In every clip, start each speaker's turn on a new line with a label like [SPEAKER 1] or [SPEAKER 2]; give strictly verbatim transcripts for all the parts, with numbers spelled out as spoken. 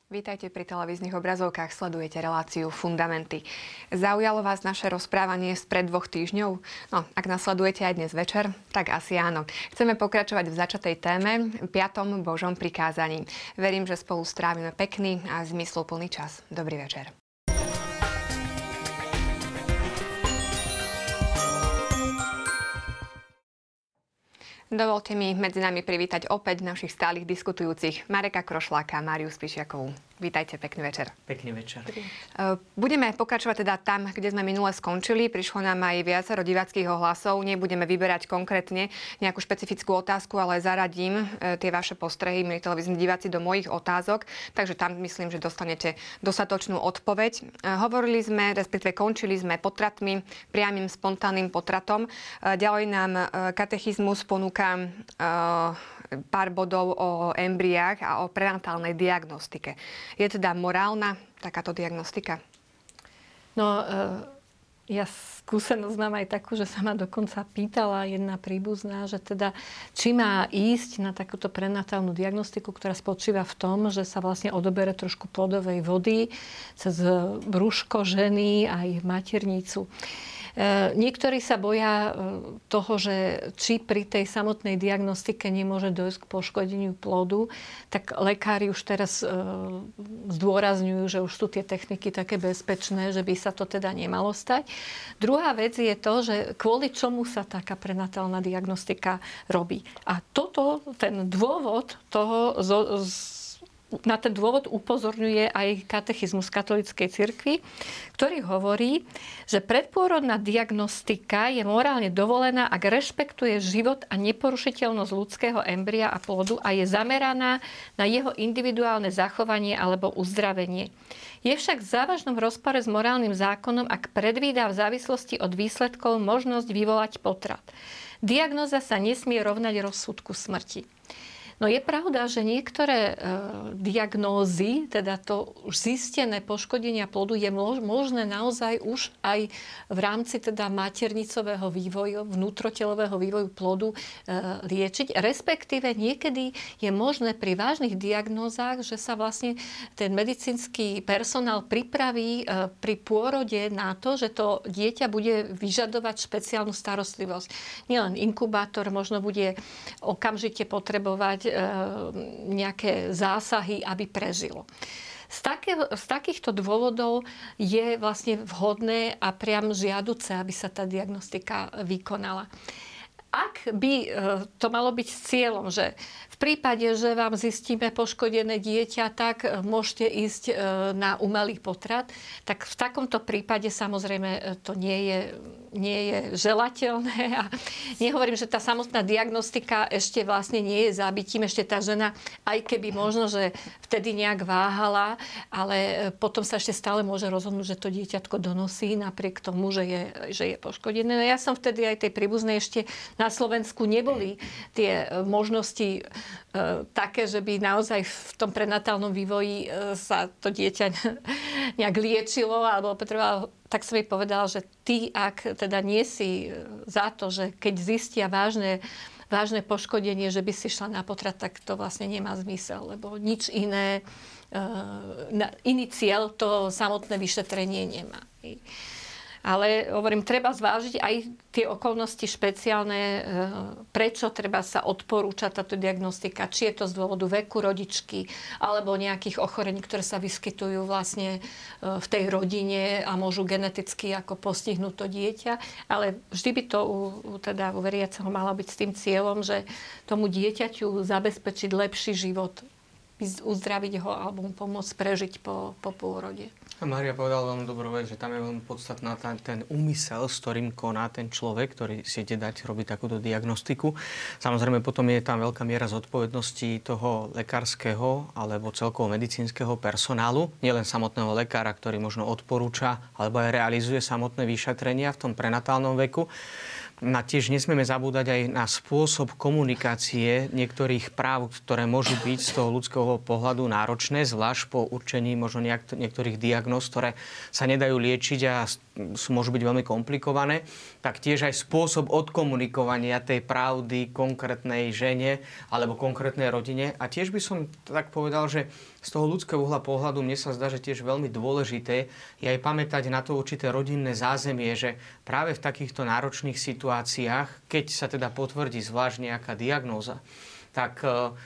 [SPEAKER 1] Vítajte pri televíznych obrazovkách, sledujete reláciu Fundamenty. Zaujalo vás naše rozprávanie spred dvoch týždňov? No, ak nás sledujete aj dnes večer, tak asi áno. Chceme pokračovať v začatej téme, piatom Božom prikázaní. Verím, že spolu strávime pekný a zmysluplný čas. Dobrý večer. Dovolte mi medzi nami privítať opäť našich stálych diskutujúcich Mareka Krošláka a Máriu Spišiakovú. Vítajte, pekný večer.
[SPEAKER 2] Pekný večer.
[SPEAKER 1] Budeme pokračovať teda tam, kde sme minule skončili. Prišlo nám aj viacero diváckych ohlasov. Nebudeme vyberať konkrétne nejakú špecifickú otázku, ale zaradím tie vaše postrehy, milí televízni diváci, do mojich otázok. Takže tam myslím, že dostanete dostatočnú odpoveď. Hovorili sme, respektíve končili sme potratmi, priamym spontánnym potratom. Ďalej nám katechizmus ponúka pár bodov o embryách a o prenatálnej diagnostike. Je teda morálna takáto diagnostika?
[SPEAKER 3] No, ja skúsenosť mám aj takú, že sa ma dokonca pýtala jedna príbuzná, že teda, či má ísť na takúto prenatálnu diagnostiku, ktorá spočíva v tom, že sa vlastne odobere trošku plodovej vody cez brúško ženy aj maternicu. Niektorí sa boja toho, že či pri tej samotnej diagnostike nemôže dojsť k poškodeniu plodu, tak lekári už teraz zdôrazňujú, že už sú tie techniky také bezpečné, že by sa to teda nemalo stať. Druhá vec je to, že kvôli čomu sa taká prenatálna diagnostika robí. A toto, ten dôvod toho z, z, na ten dôvod upozorňuje aj katechizmus katolíckej cirkvi, ktorý hovorí, že predpôrodná diagnostika je morálne dovolená, ak rešpektuje život a neporušiteľnosť ľudského embria a plodu a je zameraná na jeho individuálne zachovanie alebo uzdravenie. Je však v závažnom rozpore s morálnym zákonom, ak predvídá v závislosti od výsledkov možnosť vyvolať potrat. Diagnóza sa nesmie rovnať rozsudku smrti. No je pravda, že niektoré e, diagnózy, teda to už zistené poškodenia plodu je možné naozaj už aj v rámci teda maternicového vývoju, vnútrotelového vývoju plodu e, liečiť. Respektíve niekedy je možné pri vážnych diagnózach, že sa vlastne ten medicínsky personál pripraví e, pri pôrode na to, že to dieťa bude vyžadovať špeciálnu starostlivosť. Nielen inkubátor, možno bude okamžite potrebovať nejaké zásahy, aby prežilo. Z, také, z takýchto dôvodov je vlastne vhodné a priam žiaduce, aby sa tá diagnostika vykonala. Ak by to malo byť s cieľom, že v prípade, že vám zistíme poškodené dieťa, tak môžete ísť na umelý potrat, tak v takomto prípade samozrejme to nie je, nie je želateľné. A nehovorím, že tá samotná diagnostika ešte vlastne nie je zábitím. Ešte tá žena, aj keby možno, že vtedy nejak váhala, ale potom sa ešte stále môže rozhodnúť, že to dieťatko donosí napriek tomu, že je, že je poškodené. No ja som vtedy aj tej príbuznej ešte na Slovensku neboli tie možnosti také, že by naozaj v tom prenatálnom vývoji sa to dieťa nejak liečilo alebo potrebovalo. Tak som jej povedala, že ty, ak teda nie si za to, že keď zistia vážne, vážne poškodenie, že by si šla na potrat, tak to vlastne nemá zmysel, lebo nič iné, iný cieľ to samotné vyšetrenie nemá. Ale hovorím, treba zvážiť aj tie okolnosti špeciálne, prečo treba sa odporúčať táto diagnostika, či je to z dôvodu veku rodičky alebo nejakých ochorení, ktoré sa vyskytujú vlastne v tej rodine a môžu geneticky ako postihnúť to dieťa. Ale vždy by to u, teda u veriaceho malo byť s tým cieľom, že tomu dieťaťu zabezpečiť lepší život, uzdraviť ho alebo mu pomôcť prežiť po, po pôrode.
[SPEAKER 2] A Mária povedala veľmi dobrú vec, že tam je veľmi podstatná ten úmysel, s ktorým koná ten človek, ktorý si ide dať robiť takúto diagnostiku. Samozrejme potom je tam veľká miera zodpovednosti toho lekárskeho alebo celkovo medicínskeho personálu, nielen samotného lekára, ktorý možno odporúča alebo aj realizuje samotné vyšetrenia v tom prenatálnom veku. A tiež nesmieme zabúdať aj na spôsob komunikácie niektorých práv, ktoré môžu byť z toho ľudského pohľadu náročné, zvlášť po určení možno nejak, niektorých diagnóz, ktoré sa nedajú liečiť a môžu byť veľmi komplikované, tak tiež aj spôsob odkomunikovania tej pravdy konkrétnej žene alebo konkrétnej rodine. A tiež by som tak povedal, že z toho ľudského uhla pohľadu mne sa zdá, že tiež veľmi dôležité je aj pamätať na to určité rodinné zázemie, že práve v takýchto náročných situáciách, keď sa teda potvrdí zvlášť nejaká diagnóza, tak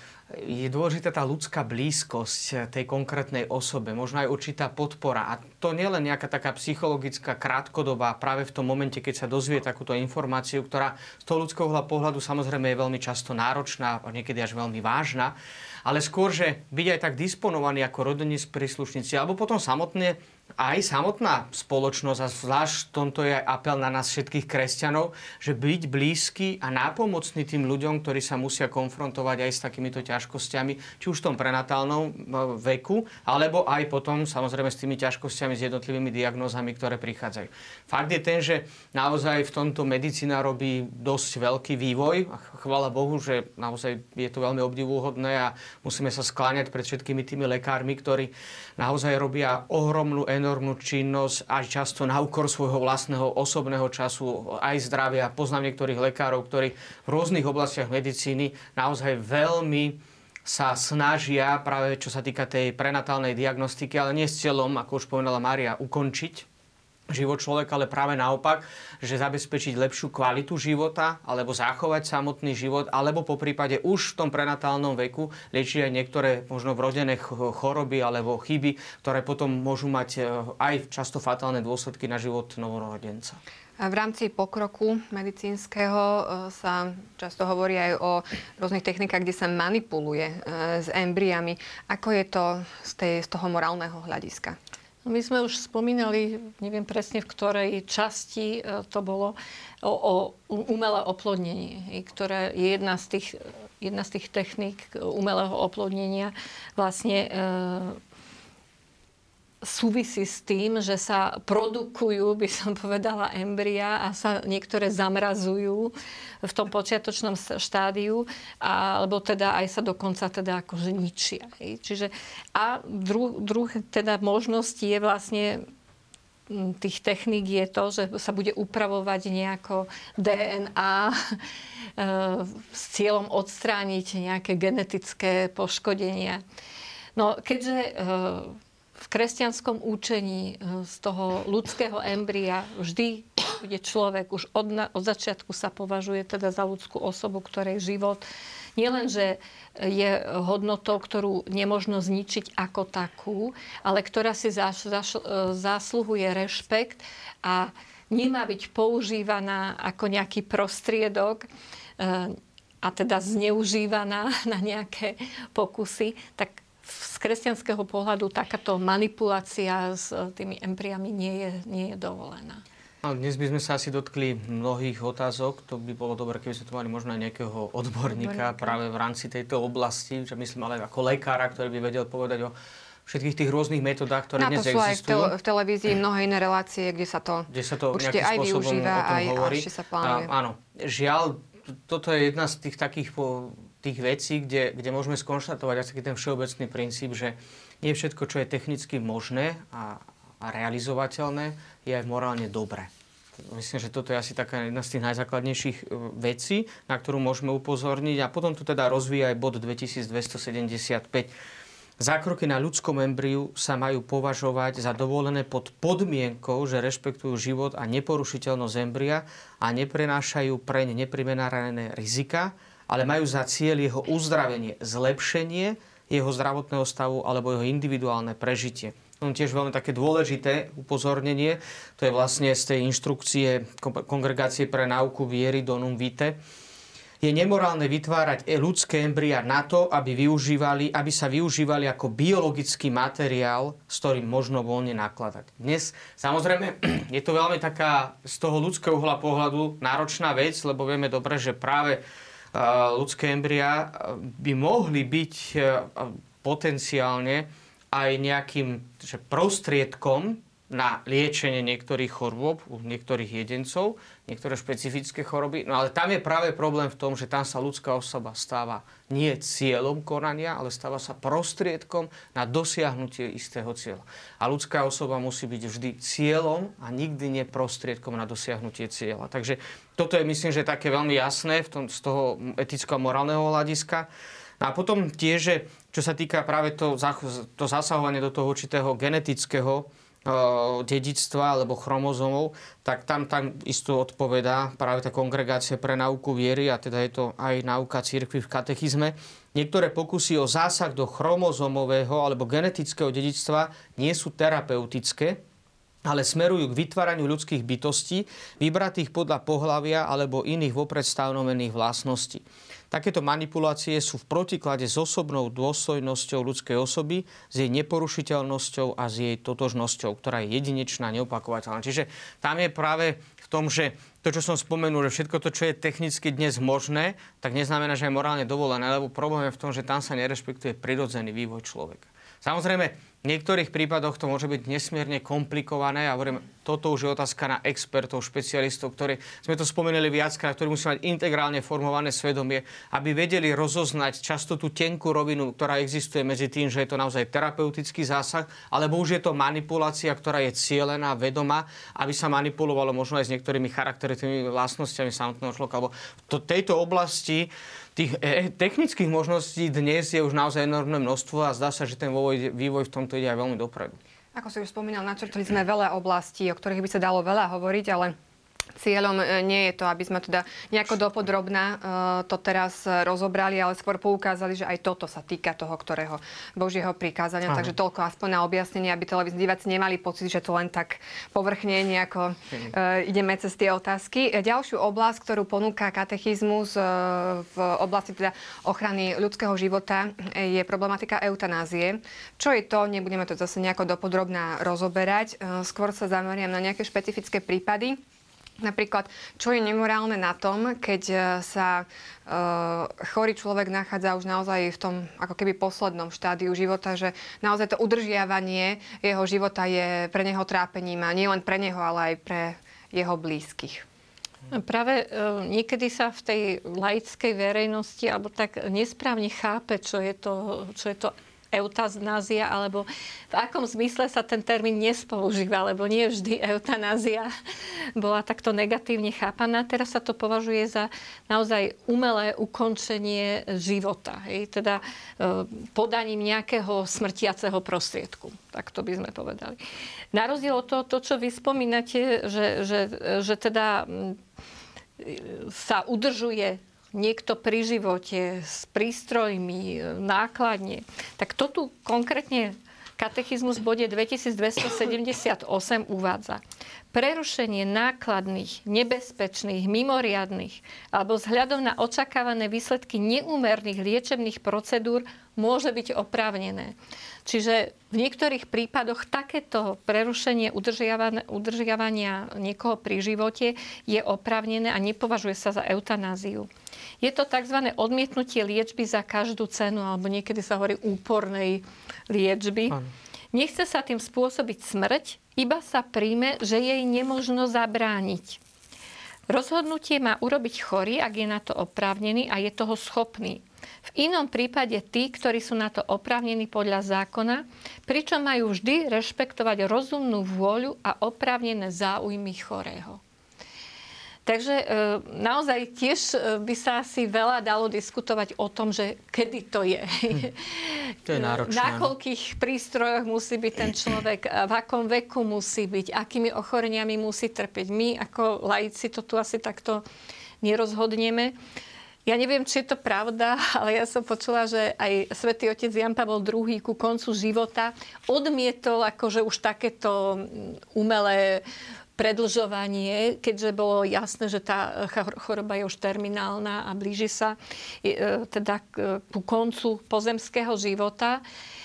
[SPEAKER 2] je dôležitá tá ľudská blízkosť tej konkrétnej osobe, možno aj určitá podpora. A to nie len nejaká taká psychologická krátkodobá, práve v tom momente, keď sa dozvie takúto informáciu, ktorá z toho ľudského uhla pohľadu samozrejme je veľmi často náročná a niekedy až veľmi vážna, ale skôr, že byť aj tak disponovaný ako rodinní príslušníci, alebo potom samotne aj samotná spoločnosť, a zvlášť v tomto je aj apel na nás všetkých kresťanov, že byť blízky a nápomocný tým ľuďom, ktorí sa musia konfrontovať aj s takýmito ťažkosťami, či už v tom prenatálnom veku, alebo aj potom samozrejme s tými ťažkosťami, s jednotlivými diagnózami, ktoré prichádzajú. Fakt je ten, že naozaj v tomto medicína robí dosť veľký vývoj a chvála Bohu, že naozaj je to veľmi obdivuhodné a musíme sa skláňať pred všetkými tými lekármi, ktorí naozaj robia ohromnú enormnú činnosť aj často na úkor svojho vlastného osobného času, aj zdravia. Poznám niektorých lekárov, ktorí v rôznych oblastiach medicíny naozaj veľmi sa snažia práve čo sa týka tej prenatálnej diagnostiky, ale nie s cieľom, ako už povedala Mária, ukončiť život človeka, ale práve naopak, že zabezpečiť lepšiu kvalitu života, alebo zachovať samotný život, alebo po prípade už v tom prenatálnom veku liečiť aj niektoré možno vrodené choroby alebo chyby, ktoré potom môžu mať aj často fatálne dôsledky na život novorodenca.
[SPEAKER 1] A v rámci pokroku medicínskeho sa často hovorí aj o rôznych technikách, kde sa manipuluje s embryami. Ako je to z, tej, z toho morálneho hľadiska?
[SPEAKER 3] My sme už spomínali, neviem presne v ktorej časti to bolo, o, o umelé oplodnenie, ktoré je jedna z tých, jedna z tých techník umelého oplodnenia. Vlastne e, súvisí s tým, že sa produkujú, by som povedala, embryá a sa niektoré zamrazujú v tom počiatočnom štádiu, alebo teda aj sa dokonca teda akože ničia. Čiže a druh, druh teda možnosti je vlastne tých techník je to, že sa bude upravovať nejako dé en á e, s cieľom odstrániť nejaké genetické poškodenia. No keďže e, v kresťanskom učení z toho ľudského embria vždy bude človek, už od, na, od začiatku sa považuje teda za ľudskú osobu, ktorej život nielenže je hodnotou, ktorú nemožno zničiť ako takú, ale ktorá si zaš, zaš, zásluhuje rešpekt a nemá byť používaná ako nejaký prostriedok a teda zneužívaná na nejaké pokusy, tak z kresťanského pohľadu takáto manipulácia s tými embryami nie je, nie je dovolená.
[SPEAKER 2] No, dnes by sme sa asi dotkli mnohých otázok. To by bolo dobré, keby sme tu mali možno aj nejakého odborníka, odborníka práve v rámci tejto oblasti, že myslím ale ako lekára, ktorý by vedel povedať o všetkých tých rôznych metodách, ktoré dnes existujú. Na to sú aj v, tele,
[SPEAKER 1] v televízii mnohé iné relácie, kde sa to,
[SPEAKER 2] kde sa to
[SPEAKER 1] určite aj využíva, aj, aj ešte sa plánuje.
[SPEAKER 2] A, áno. Žiaľ, toto je jedna z tých takých po, tých vecí, kde, kde môžeme skonštatovať asi taký ten všeobecný princíp, že nie všetko, čo je technicky možné a, a realizovateľné, je aj morálne dobré. Myslím, že toto je asi taká jedna z tých najzákladnejších vecí, na ktorú môžeme upozorniť. A potom tu teda rozvíja aj bod dvetisícdvestosedemdesiatpäť. Zákroky na ľudskom embriu sa majú považovať za dovolené pod podmienkou, že rešpektujú život a neporušiteľnosť embria a neprenášajú preň neprimerané rizika, ale majú za cieľ jeho uzdravenie, zlepšenie jeho zdravotného stavu alebo jeho individuálne prežitie. No, tiež veľmi také dôležité upozornenie, to je vlastne z tej inštrukcie Kongregácie pre náuku viery Donum Vitae. Je nemorálne vytvárať ľudské embryá na to, aby, využívali, aby sa využívali ako biologický materiál, s ktorým možno voľne nakladať. Dnes, samozrejme, je to veľmi taká z toho ľudského uhla pohľadu náročná vec, lebo vieme dobre, že práve ľudské embryá by mohli byť potenciálne aj nejakým že prostriedkom na liečenie niektorých chorôb u niektorých jedencov, niektoré špecifické choroby. No ale tam je práve problém v tom, že tam sa ľudská osoba stáva nie cieľom konania, ale stáva sa prostriedkom na dosiahnutie istého cieľa. A ľudská osoba musí byť vždy cieľom a nikdy nie prostriedkom na dosiahnutie cieľa. Takže toto je, myslím, že také veľmi jasné v tom, z toho etického a morálneho hľadiska. A potom tiež, že čo sa týka práve to, to zasahovanie do toho určitého genetického dedičstva alebo chromozomov, tak tam, tam isto odpovedá práve tá Kongregácia pre náuku viery, a teda je to aj náuka cirkvi v katechizme. Niektoré pokusy o zásah do chromozomového alebo genetického dedičstva nie sú terapeutické, ale smerujú k vytváraniu ľudských bytostí, vybratých podľa pohlavia alebo iných vopred stanovených vlastností. Takéto manipulácie sú v protiklade s osobnou dôstojnosťou ľudskej osoby, s jej neporušiteľnosťou a s jej totožnosťou, ktorá je jedinečná, neopakovateľná. Čiže tam je práve v tom, že to, čo som spomenul, že všetko to, čo je technicky dnes možné, tak neznamená, že je morálne dovolené, lebo problém je v tom, že tam sa nerešpektuje prirodzený vývoj človeka. Samozrejme, v niektorých prípadoch to môže byť nesmierne komplikované a hovorím, toto už je otázka na expertov, špecialistov, ktorí, sme to spomenuli viackrát, ktorí musia mať integrálne formované svedomie, aby vedeli rozoznať často tú tenkú rovinu, ktorá existuje medzi tým, že je to naozaj terapeutický zásah, alebo už je to manipulácia, ktorá je cielená, vedomá, aby sa manipulovalo možno aj s niektorými charakteristickými vlastnosťami samotného človeka. Lebo v tejto oblasti tých technických možností dnes je už naozaj enormné množstvo a zdá sa, že ten vývoj, vývoj v tomto ide aj veľmi dopredu.
[SPEAKER 1] Ako si už spomínal, načrtli sme veľa oblastí, o ktorých by sa dalo veľa hovoriť, ale cieľom nie je to, aby sme teda nejako dopodrobná to teraz rozobrali, ale skôr poukázali, že aj toto sa týka toho, ktorého Božieho prikázania. Aha. Takže toľko aspoň na objasnenie, aby televízni diváci nemali pocit, že to len tak povrchne nejako uh, ideme cez tie otázky. Ďalšiu oblasť, ktorú ponúka katechizmus uh, v oblasti teda ochrany ľudského života, je problematika eutanázie. Čo je to? Nebudeme to zase nejako dopodrobná rozoberať. Uh, skôr sa zameriam na nejaké špecifické prípady. Napríklad, čo je nemorálne na tom, keď sa uh, chorý človek nachádza už naozaj v tom ako keby poslednom štádiu života, že naozaj to udržiavanie jeho života je pre neho trápením a nie len pre neho, ale aj pre jeho blízkych.
[SPEAKER 3] Práve uh, niekedy sa v tej laickej verejnosti alebo tak nesprávne chápe, čo je to, čo je to eutanázia, alebo v akom zmysle sa ten termín nespoužíva, lebo nie vždy eutanázia bola takto negatívne chápaná. Teraz sa to považuje za naozaj umelé ukončenie života. Hej? Teda e, podaním nejakého smrtiaceho prostriedku. Tak to by sme povedali. Na rozdiel od toho, to, čo vy spomínate, že, že, že teda sa udržuje niekto pri živote s prístrojmi, nákladne. Tak to tu konkrétne katechizmus v bode dvetisícdvestosedemdesiatosem uvádza. Prerušenie nákladných, nebezpečných, mimoriadnych alebo vzhľadom na očakávané výsledky neúmerných liečebných procedúr môže byť oprávnené. Čiže v niektorých prípadoch takéto prerušenie udržiavania niekoho pri živote je oprávnené a nepovažuje sa za eutanáziu. Je to tzv. Odmietnutie liečby za každú cenu, alebo niekedy sa hovorí úpornej liečby. Ano. Nechce sa tým spôsobiť smrť, iba sa príjme, že jej nemožno zabrániť. Rozhodnutie má urobiť chorý, ak je na to oprávnený a je toho schopný. V inom prípade tí, ktorí sú na to oprávnení podľa zákona, pričom majú vždy rešpektovať rozumnú vôľu a oprávnené záujmy chorého. Takže e, naozaj tiež by sa asi veľa dalo diskutovať o tom, že kedy to je. Hm. To je náročné. Na koľkých prístrojoch musí byť ten človek, v akom veku musí byť, akými ochoreniami musí trpeť. My ako laici to tu asi takto nerozhodneme. Ja neviem, či je to pravda, ale ja som počula, že aj svätý otec Ján Pavol druhý ku koncu života odmietol akože už takéto umelé predlžovanie, keďže bolo jasné, že tá choroba je už terminálna a blíži sa teda ku koncu pozemského života.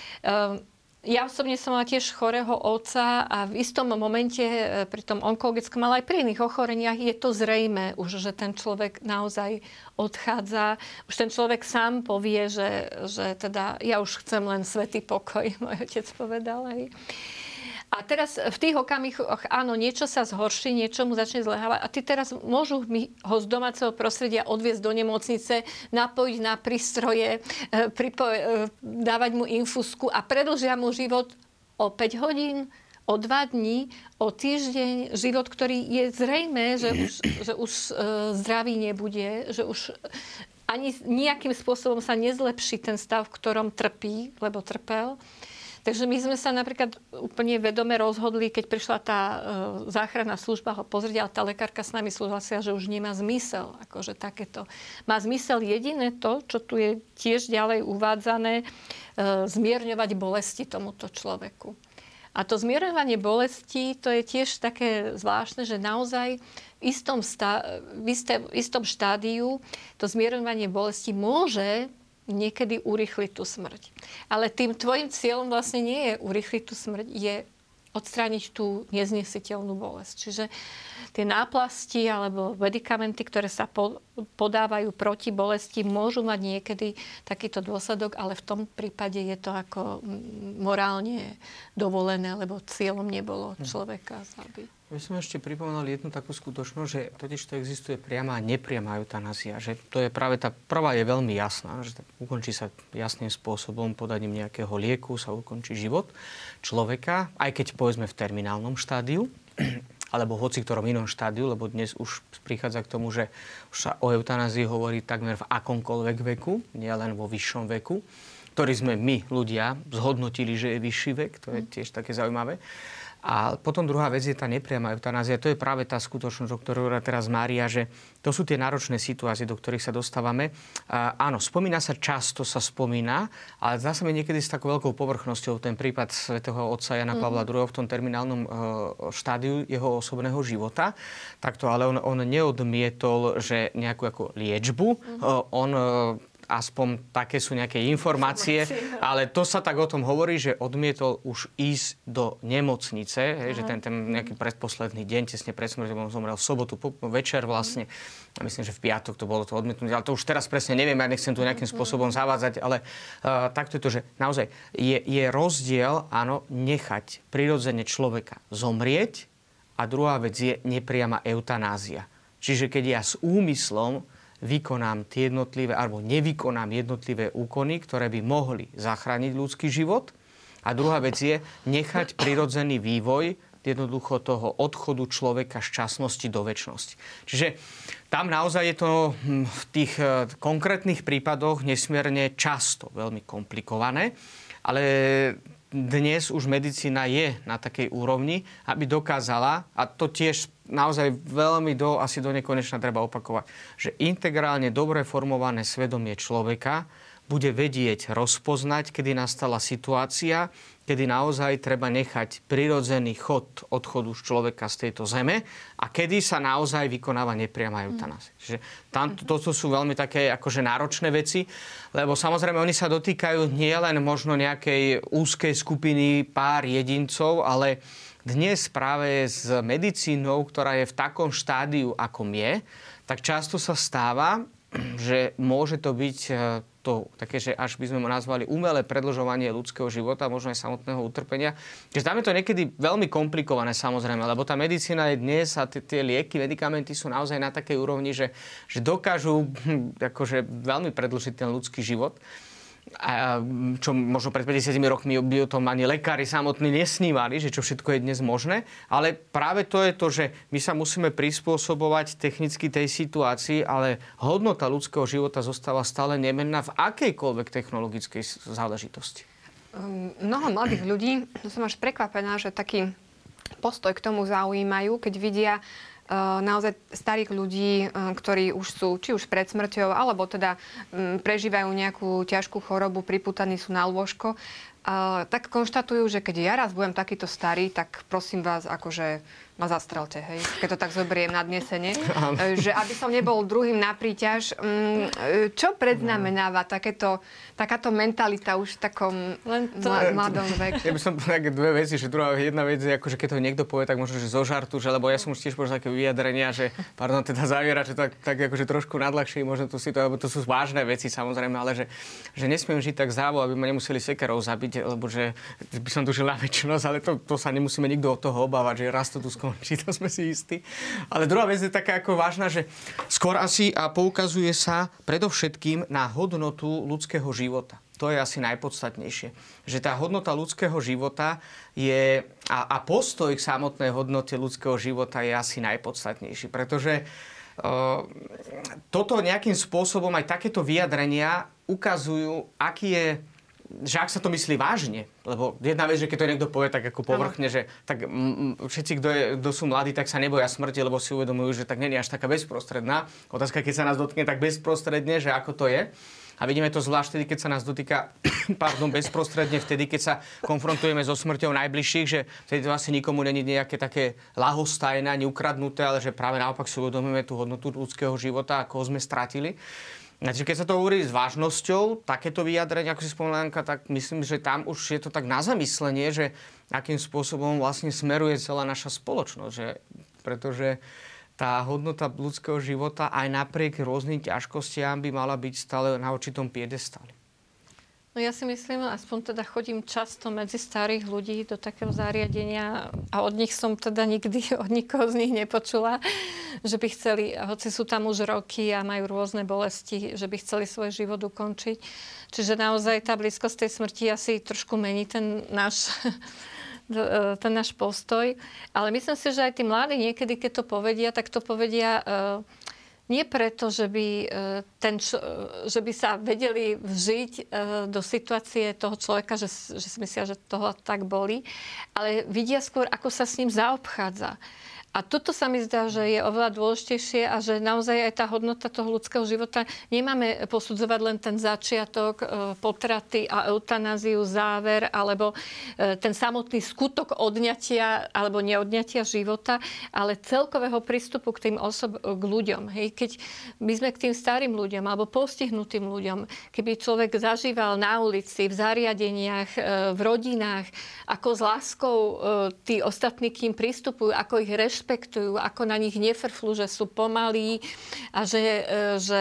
[SPEAKER 3] Ja osobne som mala tiež chorého otca a v istom momente pri tom onkologickom, ale aj pri iných ochoreniach je to zrejmé už, že ten človek naozaj odchádza. Už ten človek sám povie, že, že teda ja už chcem len svätý pokoj, môj otec povedal. Aj. A teraz v tých okamihoch, áno, niečo sa zhorší, niečo mu začne zlyhávať. A ty teraz môžu mi ho z domáceho prostredia odviesť do nemocnice, napojiť na prístroje, pripo- dávať mu infúzku a predĺžia mu život o päť hodín, o dva dní, o týždeň, život, ktorý je zrejmé, že už, že už zdravý nebude, že už ani nejakým spôsobom sa nezlepší ten stav, v ktorom trpí, lebo trpel. Takže my sme sa napríklad úplne vedome rozhodli, keď prišla tá e, záchranná služba ho pozrieť, ale tá lekárka s nami súhlasila, že už nemá zmysel. Akože takéto. Má zmysel jediné to, čo tu je tiež ďalej uvádzané, e, zmierňovať bolesti tomuto človeku. A to zmierňovanie bolesti, to je tiež také zvláštne, že naozaj v istom, stá, v isté, v istom štádiu to zmierňovanie bolesti môže niekedy urýchliť tú smrť. Ale tým tvojim cieľom vlastne nie je urýchliť tú smrť, je odstrániť tú neznesiteľnú bolesť. Čiže tie náplasti alebo medikamenty, ktoré sa po, podávajú proti bolesti, môžu mať niekedy takýto dôsledok, ale v tom prípade je to ako morálne dovolené, lebo cieľom nebolo človeka zabiť.
[SPEAKER 2] Ja som ešte pripomenul jednu takú skutočnosť, že totiž to existuje priama a nepriama eutanázia. Že to je práve tá prvá je veľmi jasná, že ukončí sa jasným spôsobom, podaním nejakého lieku sa ukončí život človeka, aj keď povedzme v terminálnom štádiu, alebo v hoci ktorom inom štádiu, lebo dnes už prichádza k tomu, že už sa o eutanázii hovorí takmer v akomkoľvek veku, nie len vo vyššom veku, ktorý sme my, ľudia, zhodnotili, že je vyšší vek. To je tiež také zaujímavé. A potom druhá vec je tá nepriama eutanázia. To je práve tá skutočnosť, o ktorú teraz Mária, že to sú tie náročné situácie, do ktorých sa dostávame. A áno, spomína sa často, sa spomína, ale zdá sa mi niekedy s takou veľkou povrchnosťou ten prípad svätého otca Jana Pavla druhého. v tom terminálnom štádiu jeho osobného života. Takto, ale on, on neodmietol, že nejakú ako liečbu. Mm-hmm. On aspoň také sú nejaké informácie, informácie, ale to sa tak o tom hovorí, že odmietol už ísť do nemocnice, hej, že ten, ten nejaký predposledný deň, tesne pred smrťou, on zomrel v sobotu po, večer vlastne, a myslím, že v piatok to bolo to odmietnuté, ale to už teraz presne neviem, ja nechcem tu nejakým spôsobom zavádzať, ale uh, takto je to, že naozaj je, je rozdiel, áno, nechať prirodzene človeka zomrieť a druhá vec je nepriama eutanázia. Čiže keď ja s úmyslom vykonám tie jednotlivé, alebo nevykonám jednotlivé úkony, ktoré by mohli zachrániť ľudský život. A druhá vec je nechať prirodzený vývoj jednoducho toho odchodu človeka z časnosti do večnosti. Čiže tam naozaj je to v tých konkrétnych prípadoch nesmierne často veľmi komplikované, ale dnes už medicína je na takej úrovni, aby dokázala, a to tiež naozaj veľmi do, asi do nekonečna treba opakovať, že integrálne dobre formované svedomie človeka bude vedieť rozpoznať, kedy nastala situácia, kedy naozaj treba nechať prirodzený chod odchodu z človeka z tejto zeme a kedy sa naozaj vykonáva nepriama eutanázia. Mm. Čiže tam toto sú veľmi také akože náročné veci, lebo samozrejme oni sa dotýkajú nielen možno nejakej úzkej skupiny pár jedincov, ale dnes práve s medicínou, ktorá je v takom štádiu, akom je, tak často sa stáva, že môže to byť to také, že až by sme ho nazvali umelé predĺžovanie ľudského života, možno aj samotného utrpenia. Čiže tam je to niekedy veľmi komplikované, samozrejme, lebo tá medicína je dnes a tie lieky, medikamenty sú naozaj na takej úrovni, že, že dokážu hm, akože veľmi predĺžiť ten ľudský život. A čo možno pred päťdesiatimi rokmi by o tom ani lekári samotní nesnívali, že čo všetko je dnes možné. Ale práve to je to, že my sa musíme prispôsobovať technicky tej situácii, ale hodnota ľudského života zostáva stále nemenná v akejkoľvek technologickej záležitosti.
[SPEAKER 1] Mnoho mladých ľudí, som až prekvapená, že taký postoj k tomu zaujímajú, keď vidia naozaj starých ľudí, ktorí už sú či už pred smrťou, alebo teda prežívajú nejakú ťažkú chorobu, pripútaní sú na lôžko, tak konštatujú, že keď ja raz budem takýto starý, tak prosím vás, akože ma zastrelte, hej, keď to tak zoberiem nadnesene. Že aby som nebol druhým na príťaž. Čo predznamenáva takéto, takáto mentalita už v takom len to... mladom veku?
[SPEAKER 2] Ja by som také dve veci, že druhá jedna vec je, akože keď to niekto povie, tak možno, že zo žartu, že, lebo ja som už tiež počul také vyjadrenia, že, pardon, teda zaviera, že tak, tak akože trošku nadľahšie, možno tu si to, lebo to sú vážne veci samozrejme, ale že, že nesmiem žiť tak závo, aby ma nemuseli sekerou zabiť. umrieť, lebo že by som tu žil na väčšinosť, ale to, to sa nemusíme nikto od toho obávať, že raz to tu skončí, to sme si istí. Ale druhá vec je taká ako vážna, že skôr asi a poukazuje sa predovšetkým na hodnotu ľudského života. To je asi najpodstatnejšie. Že tá hodnota ľudského života je, a, a postoj k samotnej hodnote ľudského života je asi najpodstatnejší. Pretože uh, toto nejakým spôsobom, aj takéto vyjadrenia ukazujú, aký je, že ak sa to myslí vážne, lebo jedna vec, že keď to niekto povie tak ako povrchne, že tak m, všetci, kto, je, kto sú mladí, tak sa neboja smrti, lebo si uvedomujú, že tak nie je až taká bezprostredná. Otázka, keď sa nás dotkne tak bezprostredne, že ako to je. A vidíme to zvlášť vtedy, keď sa nás dotýka pardon, bezprostredne, vtedy, keď sa konfrontujeme so smrťou najbližších, že vtedy to asi nikomu není nejaké také ľahostajné, ani ukradnuté, ale že práve naopak si uvedomíme tú hodnotu ľudského života, ako ho sme stratili. Takže keď sa to hovorí s vážnosťou, takéto vyjadrenie, ako si spomínala, tak myslím, že tam už je to tak na zamyslenie, že akým spôsobom vlastne smeruje celá naša spoločnosť. Že, pretože tá hodnota ľudského života aj napriek rôznym ťažkostiam by mala byť stále na určitom piedestále.
[SPEAKER 3] No ja si myslím, aspoň teda chodím často medzi starých ľudí do takého zariadenia a od nich som teda nikdy, od nikoho z nich nepočula, že by chceli, hoci sú tam už roky a majú rôzne bolesti, že by chceli svoj život ukončiť. Čiže naozaj tá blízkosť tej smrti asi trošku mení ten náš ten náš postoj. Ale myslím si, že aj tí mladí niekedy, keď to povedia, tak to povedia nie preto, že by, ten, že by sa vedeli vžiť do situácie toho človeka, že, že si myslia, že toho tak boli, ale vidia skôr, ako sa s ním zaobchádza. A toto sa mi zdá, že je oveľa dôležitejšie a že naozaj aj tá hodnota toho ľudského života nemáme posudzovať len ten začiatok, potraty a eutanáziu, záver, alebo ten samotný skutok odňatia alebo neodňatia života, ale celkového prístupu k tým osob, k ľuďom. Hej. Keď my sme k tým starým ľuďom alebo postihnutým ľuďom, keby človek zažíval na ulici, v zariadeniach, v rodinách, ako s láskou tí ostatní k ním pristupujú, ako ich rešpektujú, respektujú, ako na nich nefrflú, že sú pomalí a že, že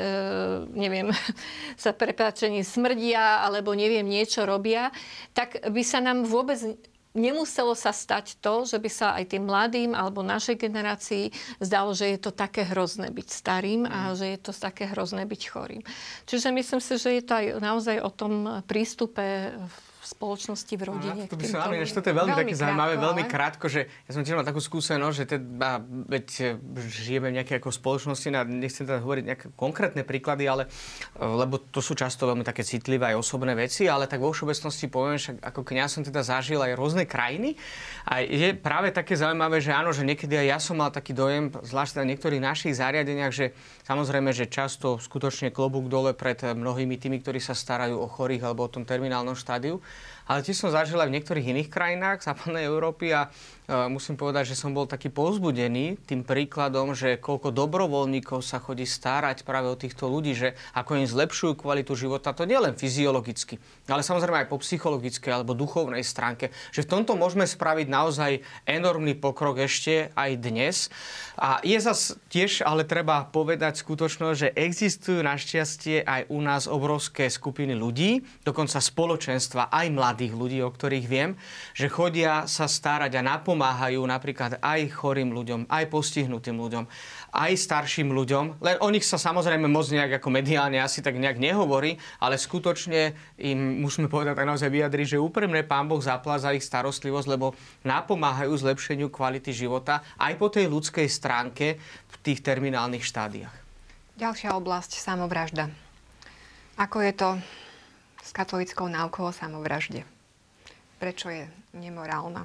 [SPEAKER 3] neviem, sa prepáčení smrdia alebo neviem, niečo robia, tak by sa nám vôbec nemuselo sa stať to, že by sa aj tým mladým alebo našej generácii zdalo, že je to také hrozné byť starým a že je to také hrozné byť chorým. Čiže myslím si, že je to aj naozaj o tom prístupe v spoločnosti, v rodine.
[SPEAKER 2] No, to by som mali, že toto je veľmi, veľmi také zaujímavé, ale... veľmi krátko, že ja som tiež mal takú skúsenosť, že teda, veď žijeme v nejakej ako spoločnosti, a nechcem teda hovoriť nejaké konkrétne príklady, ale lebo to sú často veľmi také citlivé aj osobné veci, ale tak vo všeobecnosti poviem, že ako kňaz som teda zažil aj rôzne krajiny a je práve také zaujímavé, že áno, že niekedy aj ja som mal taký dojem, zvlášť na niektorých našich zariadeniach, že samozrejme, že často skutočne klobúk dole pred mnohými tými, ktorí sa starajú o chorých alebo o tom terminálnom štádiu. Ale tiež som zažil aj v niektorých iných krajinách západnej Európy a uh, musím povedať, že som bol taký povzbudený tým príkladom, že koľko dobrovoľníkov sa chodí starať práve o týchto ľudí, že ako im zlepšujú kvalitu života, to nie len fyziologicky, ale samozrejme aj po psychologickej alebo duchovnej stránke, že v tomto môžeme spraviť naozaj enormný pokrok ešte aj dnes. A je zas tiež, ale treba povedať skutočnosť, že existujú našťastie aj u nás obrovské skupiny ľudí, dokonca spoločenstva, aj mladých ľudí, o ktorých viem, že chodia sa starať a napomáhajú napríklad aj chorým ľuďom, aj postihnutým ľuďom, aj starším ľuďom. Len o nich sa samozrejme moc nejak ako mediálne asi tak nejak nehovorí, ale skutočne im musíme povedať tak naozaj vyjadriť, že úprimne Pán Boh zaplá za ich starostlivosť, lebo napomáhajú zlepšeniu kvality života aj po tej ľudskej stránke v tých terminálnych štádiách.
[SPEAKER 1] Ďalšia oblasť, samovražda. Ako je to s katolickou náukou o samovražde? Prečo je nemorálna?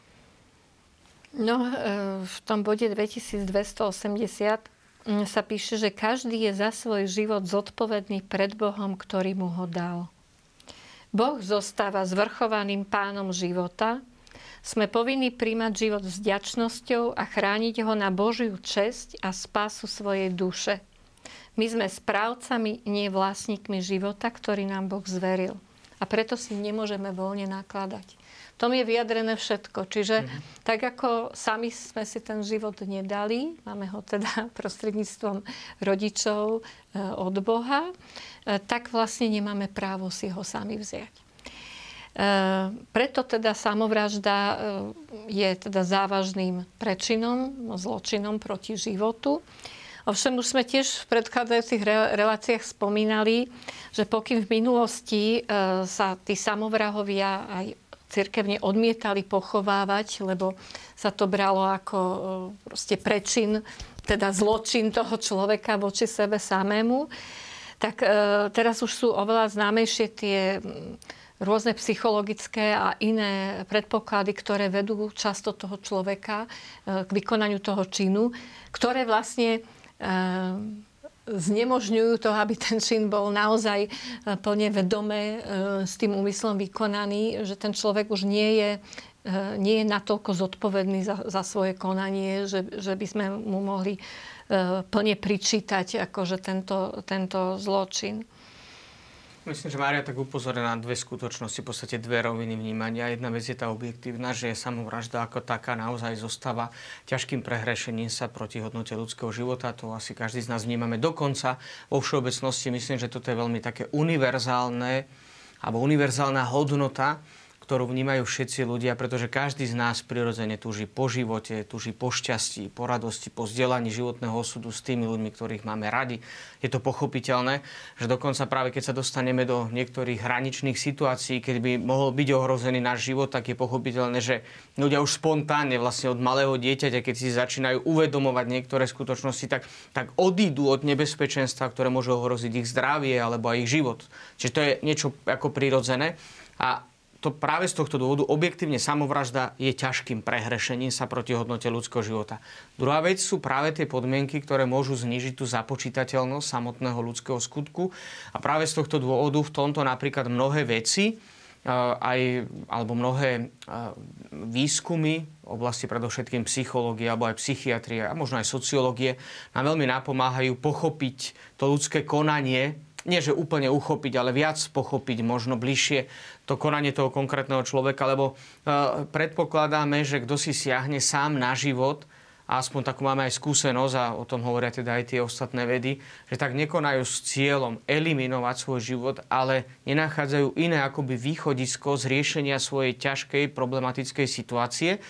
[SPEAKER 3] No, v tom bode dvetisícdvestoosemdesiat sa píše, že každý je za svoj život zodpovedný pred Bohom, ktorý mu ho dal. Boh zostáva zvrchovaným pánom života. Sme povinní príjmať život s vďačnosťou a chrániť ho na Božiu česť a spásu svojej duše. My sme správcami, nie vlastníkmi života, ktorý nám Boh zveril. A preto si nemôžeme voľne nakladať. V tom je vyjadrené všetko. Čiže mm-hmm. tak ako sami sme si ten život nedali, máme ho teda prostredníctvom rodičov od Boha, tak vlastne nemáme právo si ho sami vziať. preto teda samovražda e, je teda závažným prečinom, zločinom proti životu. Ovšem už sme tiež v predchádzajúcich re- reláciách spomínali, že pokým v minulosti e, sa tí samovrahovia aj cirkevne odmietali pochovávať, lebo sa to bralo ako e, proste prečin, teda zločin toho človeka voči sebe samému, tak e, teraz už sú oveľa známejšie tie rôzne psychologické a iné predpoklady, ktoré vedú často toho človeka k vykonaniu toho činu, ktoré vlastne znemožňujú to, aby ten čin bol naozaj plne vedome s tým úmyslom vykonaný, že ten človek už nie je, nie je natoľko zodpovedný za, za svoje konanie, že, že by sme mu mohli plne pričítať akože tento, tento zločin.
[SPEAKER 2] Myslím, že Mária tak upozorila na dve skutočnosti, v podstate dve roviny vnímania. Jedna vec je tá objektívna, že samovražda ako taká naozaj zostáva ťažkým prehrešením sa proti hodnote ľudského života. To asi každý z nás vnímame. Dokonca vo všeobecnosti myslím, že toto je veľmi také univerzálne alebo univerzálna hodnota, ktorú vnímajú všetci ľudia, pretože každý z nás prirodzene túži po živote, túži po šťastí, po radosti, po vzdelaní životného osudu s tými ľuďmi, ktorých máme radi. Je to pochopiteľné, že dokonca práve keď sa dostaneme do niektorých hraničných situácií, keď by mohol byť ohrozený náš život, tak je pochopiteľné, že ľudia už spontánne vlastne od malého dieťaťa, keď si začínajú uvedomovať niektoré skutočnosti, tak, tak odídu od nebezpečenstva, ktoré môže ohroziť ich zdravie alebo aj ich život. Čiže to je niečo ako prirodzené. A to práve z tohto dôvodu objektívne samovražda je ťažkým prehrešením sa proti hodnote ľudského života. Druhá vec sú práve tie podmienky, ktoré môžu znížiť tú započítateľnosť samotného ľudského skutku. A práve z tohto dôvodu v tomto napríklad mnohé veci, aj, alebo mnohé výskumy v oblasti predovšetkým psychológie alebo aj psychiatrie a možno aj sociológie nám veľmi napomáhajú pochopiť to ľudské konanie, nie že úplne uchopiť, ale viac pochopiť, možno bližšie to konanie toho konkrétneho človeka, lebo uh, predpokladáme, že kto si siahne sám na život, a aspoň takú máme aj skúsenosť, a o tom hovoria teda aj tie ostatné vedy, že tak nekonajú s cieľom eliminovať svoj život, ale nenachádzajú iné akoby východisko z riešenia svojej ťažkej problematickej situácie.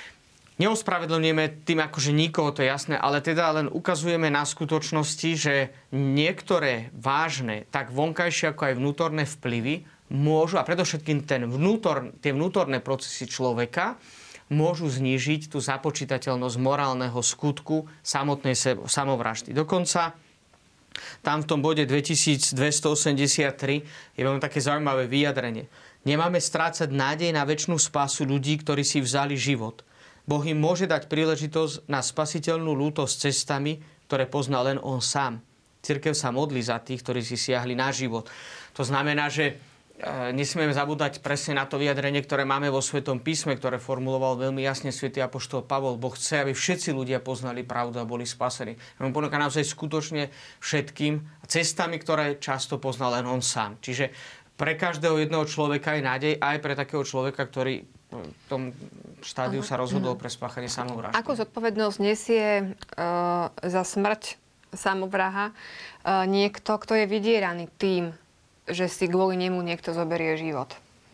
[SPEAKER 2] Neospravedlňujeme tým akože nikoho, to je jasné, ale teda len ukazujeme na skutočnosti, že niektoré vážne, tak vonkajšie ako aj vnútorné vplyvy môžu, a predovšetkým ten vnútor, tie vnútorné procesy človeka, môžu znížiť tú započítateľnosť morálneho skutku samotnej samovraždy. Dokonca tam v tom bode dvetisícdvestoosemdesiattri je veľmi také zaujímavé vyjadrenie. Nemáme strácať nádej na večnú spásu ľudí, ktorí si vzali život. Boh im môže dať príležitosť na spasiteľnú lútosť cestami, ktoré pozná len on sám. Cirkev sa modlí za tých, ktorí si siahli na život. To znamená, že nesmieme zabúdať presne na to vyjadrenie, ktoré máme vo Svetom písme, ktoré formuloval veľmi jasne svätý apoštol Pavol. Boh chce, aby všetci ľudia poznali pravdu a boli spasení. On ponúka naozaj skutočne všetkým cestami, ktoré často pozná len on sám. Čiže pre každého jedného človeka je nádej, aj pre takého človeka, ktorý v tom štádiu sa rozhodol pre spáchanie samovraždy.
[SPEAKER 1] Akú zodpovednosť nesie uh, za smrť samovraha uh, niekto, kto je vydieraný tým, že si kvôli nemu niekto zoberie život?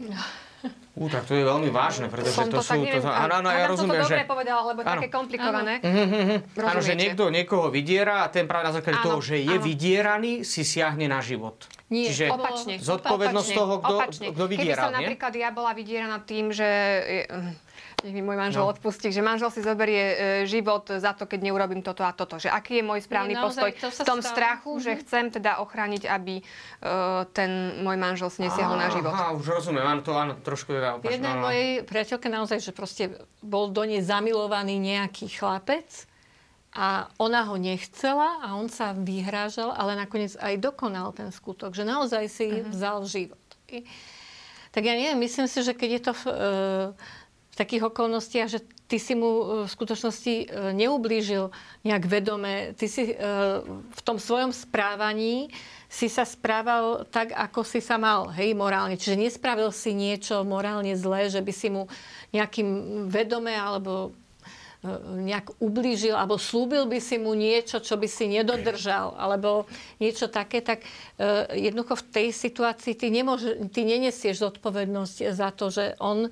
[SPEAKER 2] Ú, tak to je veľmi vážne, pretože
[SPEAKER 1] Som
[SPEAKER 2] to,
[SPEAKER 1] to
[SPEAKER 2] sú...
[SPEAKER 1] tak neviem,
[SPEAKER 2] To, áno, áno, ja rozumiem,
[SPEAKER 1] som to
[SPEAKER 2] že...
[SPEAKER 1] dobre povedala, lebo
[SPEAKER 2] áno.
[SPEAKER 1] také komplikované.
[SPEAKER 2] Áno, že niekto niekoho vydiera a ten práve na základe toho, že je
[SPEAKER 1] áno.
[SPEAKER 2] vydieraný, si siahne na život.
[SPEAKER 3] Nie,
[SPEAKER 2] Čiže
[SPEAKER 1] opačne.
[SPEAKER 2] zodpovednosť
[SPEAKER 1] Opačne.
[SPEAKER 2] toho, kto,
[SPEAKER 1] Opačne.
[SPEAKER 2] kto vydieral,
[SPEAKER 1] Keby som
[SPEAKER 2] nie?
[SPEAKER 1] napríklad ja bola vydieraná tým, že... nech mi môj manžel no. odpustí, že manžel si zoberie e, život za to, keď neurobím toto a toto. Že aký je môj správny
[SPEAKER 3] Nie,
[SPEAKER 1] postoj
[SPEAKER 3] to
[SPEAKER 1] v tom
[SPEAKER 3] stále.
[SPEAKER 1] strachu,
[SPEAKER 3] Mhm.
[SPEAKER 1] že chcem teda ochrániť, aby e, ten môj manžel si nesiahol na život.
[SPEAKER 2] Aha, už rozumiem, áno, to áno, trošku teda opačne.
[SPEAKER 3] Jednej
[SPEAKER 2] no, no.
[SPEAKER 3] mojej priateľke naozaj, že proste bol do nej zamilovaný nejaký chlapec a ona ho nechcela a on sa vyhrážal, ale nakoniec aj dokonal ten skutok, že naozaj si uh-huh. vzal život. Tak ja neviem, myslím si, že keď je to v, v takých okolnostiach, že ty si mu v skutočnosti neublížil nejak vedome, ty si v tom svojom správaní si sa správal tak, ako si sa mal, hej, morálne. Čiže nespravil si niečo morálne zlé, že by si mu nejakým vedome alebo nejak ublížil, alebo slúbil by si mu niečo, čo by si nedodržal, alebo niečo také, tak jednoducho v tej situácii ty, nemôže, ty nenesieš zodpovednosť za to, že on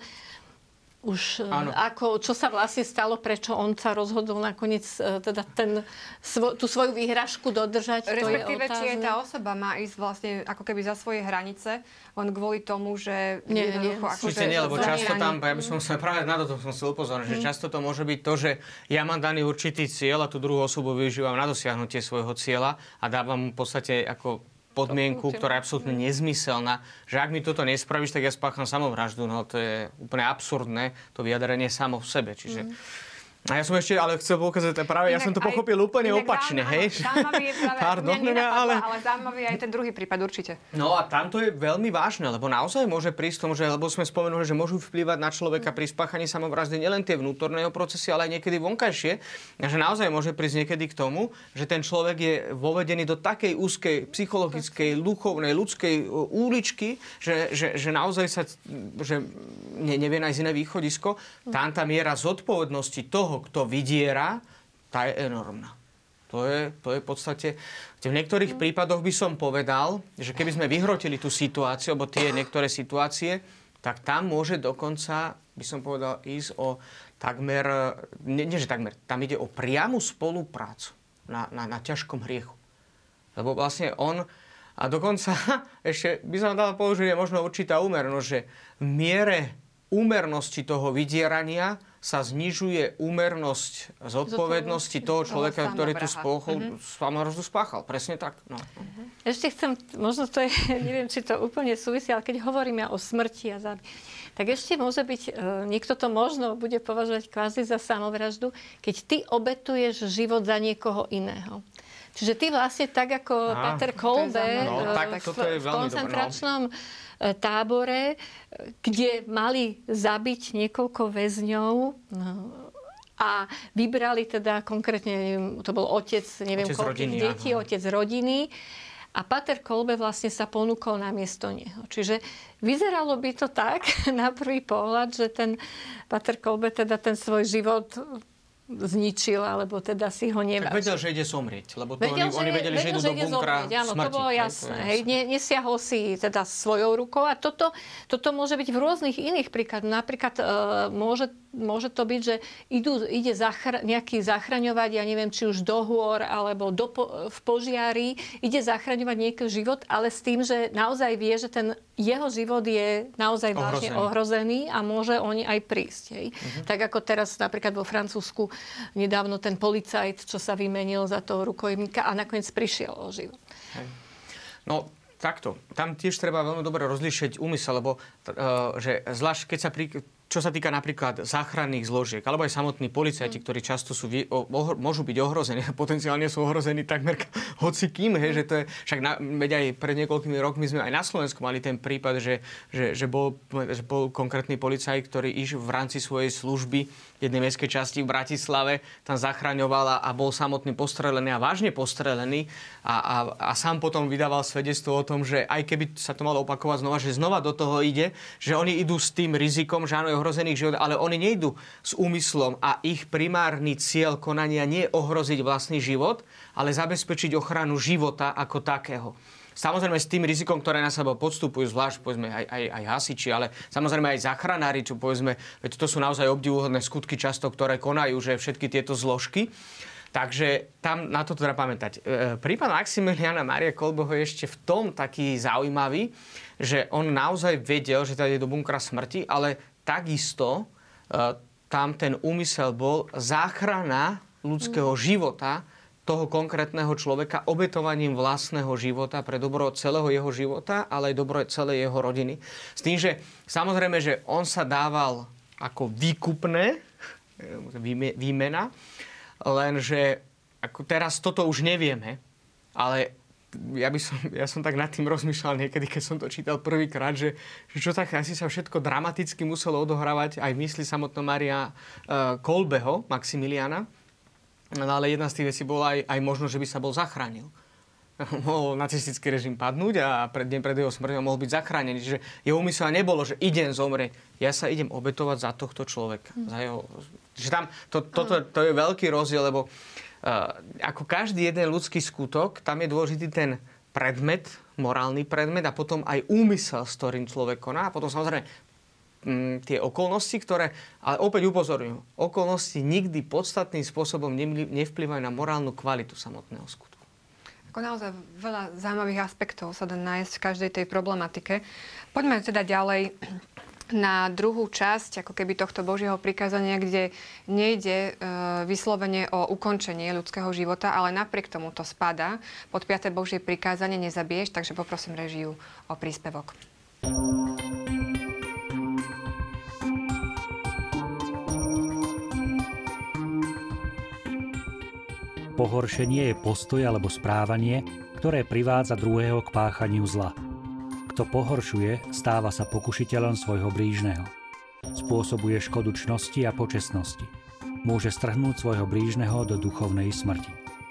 [SPEAKER 3] už ako, čo sa vlastne stalo, prečo on sa rozhodol nakoniec teda ten, svo, tú svoju výhražku dodržať.
[SPEAKER 1] Respektíve,
[SPEAKER 3] to je
[SPEAKER 1] či aj tá osoba má ísť vlastne ako keby za svoje hranice, len kvôli tomu, že
[SPEAKER 3] nie,
[SPEAKER 1] jednoducho...
[SPEAKER 3] Nie,
[SPEAKER 1] ako,
[SPEAKER 2] že nie, lebo často tam, ja by som sa práve na to som chcel upozorniť, mm. že často to môže byť to, že ja mám daný určitý cieľ a tú druhú osobu využívam na dosiahnutie svojho cieľa a dávam mu v podstate ako podmienku, ktorá je absolútne nezmyselná, že ak mi toto nespravíš, tak ja spácham samovraždu. No to je úplne absurdné, to vyjadrenie samo v sebe. Čiže... Mm. A ja som ešte, ale chcel poukázať, práve inak ja som to pochopil aj, úplne opačne, hej?
[SPEAKER 1] Zaujímavý je práve,
[SPEAKER 2] Pardon,
[SPEAKER 1] mňa nenapadlo,
[SPEAKER 2] ale...
[SPEAKER 1] ale zaujímavý je aj ten druhý prípad určite.
[SPEAKER 2] No a tam to je veľmi vážne, lebo naozaj môže prísť tomu, že, lebo sme spomenuli, že môžu vplyvať na človeka pri spáchaní samovraždy nielen tie vnútorného procesy, ale aj niekedy vonkajšie. A že naozaj môže prísť niekedy k tomu, že ten človek je vovedený do takej úzkej psychologickej, duchovnej, ľudskej uličky, že, že, že naozaj sa že ne, nevie nájsť iné východisko. Tam tá miera zodpovednosti toho, kto vydiera, tá je enormná. To je, to je v podstate... V niektorých prípadoch by som povedal, že keby sme vyhrotili tú situáciu, alebo tie niektoré situácie, tak tam môže dokonca, by som povedal, ísť o takmer... Nie, nie že takmer. Tam ide o priamu spoluprácu na, na, na ťažkom hriechu. Lebo vlastne on... A dokonca ešte by som dal použiť možno určitá úmernosť, že v miere úmernosti toho vydierania sa znižuje úmernosť zodpovednosti toho človeka, ktorý tú spáchal, samovraždu spáchal. Presne tak. No.
[SPEAKER 3] Ešte chcem, možno to je, neviem, či to úplne súvisí, ale keď hovoríme o smrti a zabíjaní, tak ešte môže byť, niekto to možno bude považovať kvázi za samovraždu, keď ty obetuješ život za niekoho iného. Čiže ty vlastne tak ako Aha, Peter Kolbe
[SPEAKER 2] no, tak,
[SPEAKER 3] v, v koncentračnom dobré, no. tábore, kde mali zabiť niekoľko väzňov a vybrali teda konkrétne, neviem, to bol otec, neviem
[SPEAKER 2] otec
[SPEAKER 3] koľkých
[SPEAKER 2] rodiny,
[SPEAKER 3] detí, áno. otec rodiny. A Pater Kolbe vlastne sa ponúkol namiesto neho. Čiže vyzeralo by to tak na prvý pohľad, že ten Pater Kolbe teda ten svoj život zničil, alebo teda si ho nevážil.
[SPEAKER 2] Tak vedel, že ide zomrieť, lebo to
[SPEAKER 3] vedel,
[SPEAKER 2] oni, oni vedeli,
[SPEAKER 3] vedel,
[SPEAKER 2] že idú
[SPEAKER 3] že
[SPEAKER 2] do bunkra
[SPEAKER 3] zomrieť, áno,
[SPEAKER 2] smrti.
[SPEAKER 3] To bolo jasné. Hej, ne, nesiahol si teda svojou rukou a toto, toto môže byť v rôznych iných príkladoch. Napríklad e, môže, môže to byť, že idú, ide zachra- nejaký zachraňovať, ja neviem, či už do hôr, alebo do po- v požiari, ide zachraňovať nejaký život, ale s tým, že naozaj vie, že ten jeho život je naozaj vážne ohrozený, ohrozený a môže oni aj prísť. Hej. Uh-huh. Tak ako teraz napríklad vo Francúzsku nedávno ten policajt, čo sa vymenil za toho rukojemníka a nakoniec prišiel o život.
[SPEAKER 2] Hej. No, takto. Tam tiež treba veľmi dobre rozlíšiť úmysel, lebo uh, že zvlášť keď sa pri... Čo sa týka napríklad záchranných zložiek, alebo aj samotní policajti, ktorí často sú, oh, môžu byť ohrození, potenciálne sú ohrození takmer hocikým, hej, že to je, však na, veď aj pred niekoľkými rokmi sme aj na Slovensku mali ten prípad, že, že, že, bol, že bol konkrétny policajt, ktorý iš v rámci svojej služby jednej mestskej časti v Bratislave tam zachraňoval a bol samotný postrelený a vážne postrelený a, a, a sám potom vydával svedectvo o tom, že aj keby sa to malo opakovať znova, že znova do toho ide, že oni idú s tým rizikom, že áno, je ohrozených život, ale oni nejdú s úmyslom a ich primárny cieľ konania nie je ohroziť vlastný život, ale zabezpečiť ochranu života ako takého. Samozrejme s tým rizikom, ktoré na seba podstupujú, zvlášť povedzme aj, aj, aj hasiči, ale samozrejme aj záchranári, čo povedzme, veď to sú naozaj obdivuhodné skutky často, ktoré konajú, že všetky tieto zložky. Takže tam na to treba pamätať. E, prípad Maximiliána Mária Kolbeho je ešte v tom taký zaujímavý, že on naozaj vedel, že teda je do bunkra smrti, ale takisto e, tam ten úmysel bol záchrana ľudského mm. života toho konkrétneho človeka obetovaním vlastného života pre dobro celého jeho života, ale aj dobro celej jeho rodiny. S tým, že samozrejme, že on sa dával ako výkupné, výmena, lenže ako teraz toto už nevieme, ale ja, by som, ja som tak nad tým rozmýšľal niekedy, keď som to čítal prvýkrát, že, že čo tak asi sa všetko dramaticky muselo odohrávať aj v mysli samotného Mária uh, Kolbeho, Maximiliána. No, ale jedna z tých vecí bola aj, aj možno, že by sa bol zachránil. Mohol nacistický režim padnúť a pred deň pred jeho smrťou mohol byť zachránený. Čiže jeho úmysel nebolo, že idem zomrieť. Ja sa idem obetovať za tohto človeka. Mm. Za jeho Že tam to, toto, to je veľký rozdiel, lebo uh, ako každý jeden ľudský skutok, tam je dôležitý ten predmet, morálny predmet a potom aj úmysel, s ktorým človek koná. A potom samozrejme m, tie okolnosti, ktoré, ale opäť upozorňujem, okolnosti nikdy podstatným spôsobom nevplyvajú na morálnu kvalitu samotného skutku.
[SPEAKER 1] Ako naozaj veľa zaujímavých aspektov sa dá nájsť v každej tej problematike. Poďme teda ďalej na druhú časť ako keby tohto Božieho prikázania, kde nejde e, vyslovene o ukončenie ľudského života, ale napriek tomu to spadá pod piate Božie prikázanie nezabiješ, takže poprosím režiu o príspevok.
[SPEAKER 4] Pohoršenie je postoj alebo správanie, ktoré privádza druhého k páchaniu zla. Kto pohoršuje, stáva sa pokušiteľom svojho blížneho. Spôsobuje škodu čnosti a počestnosti. Môže strhnúť svojho blížneho do duchovnej smrti.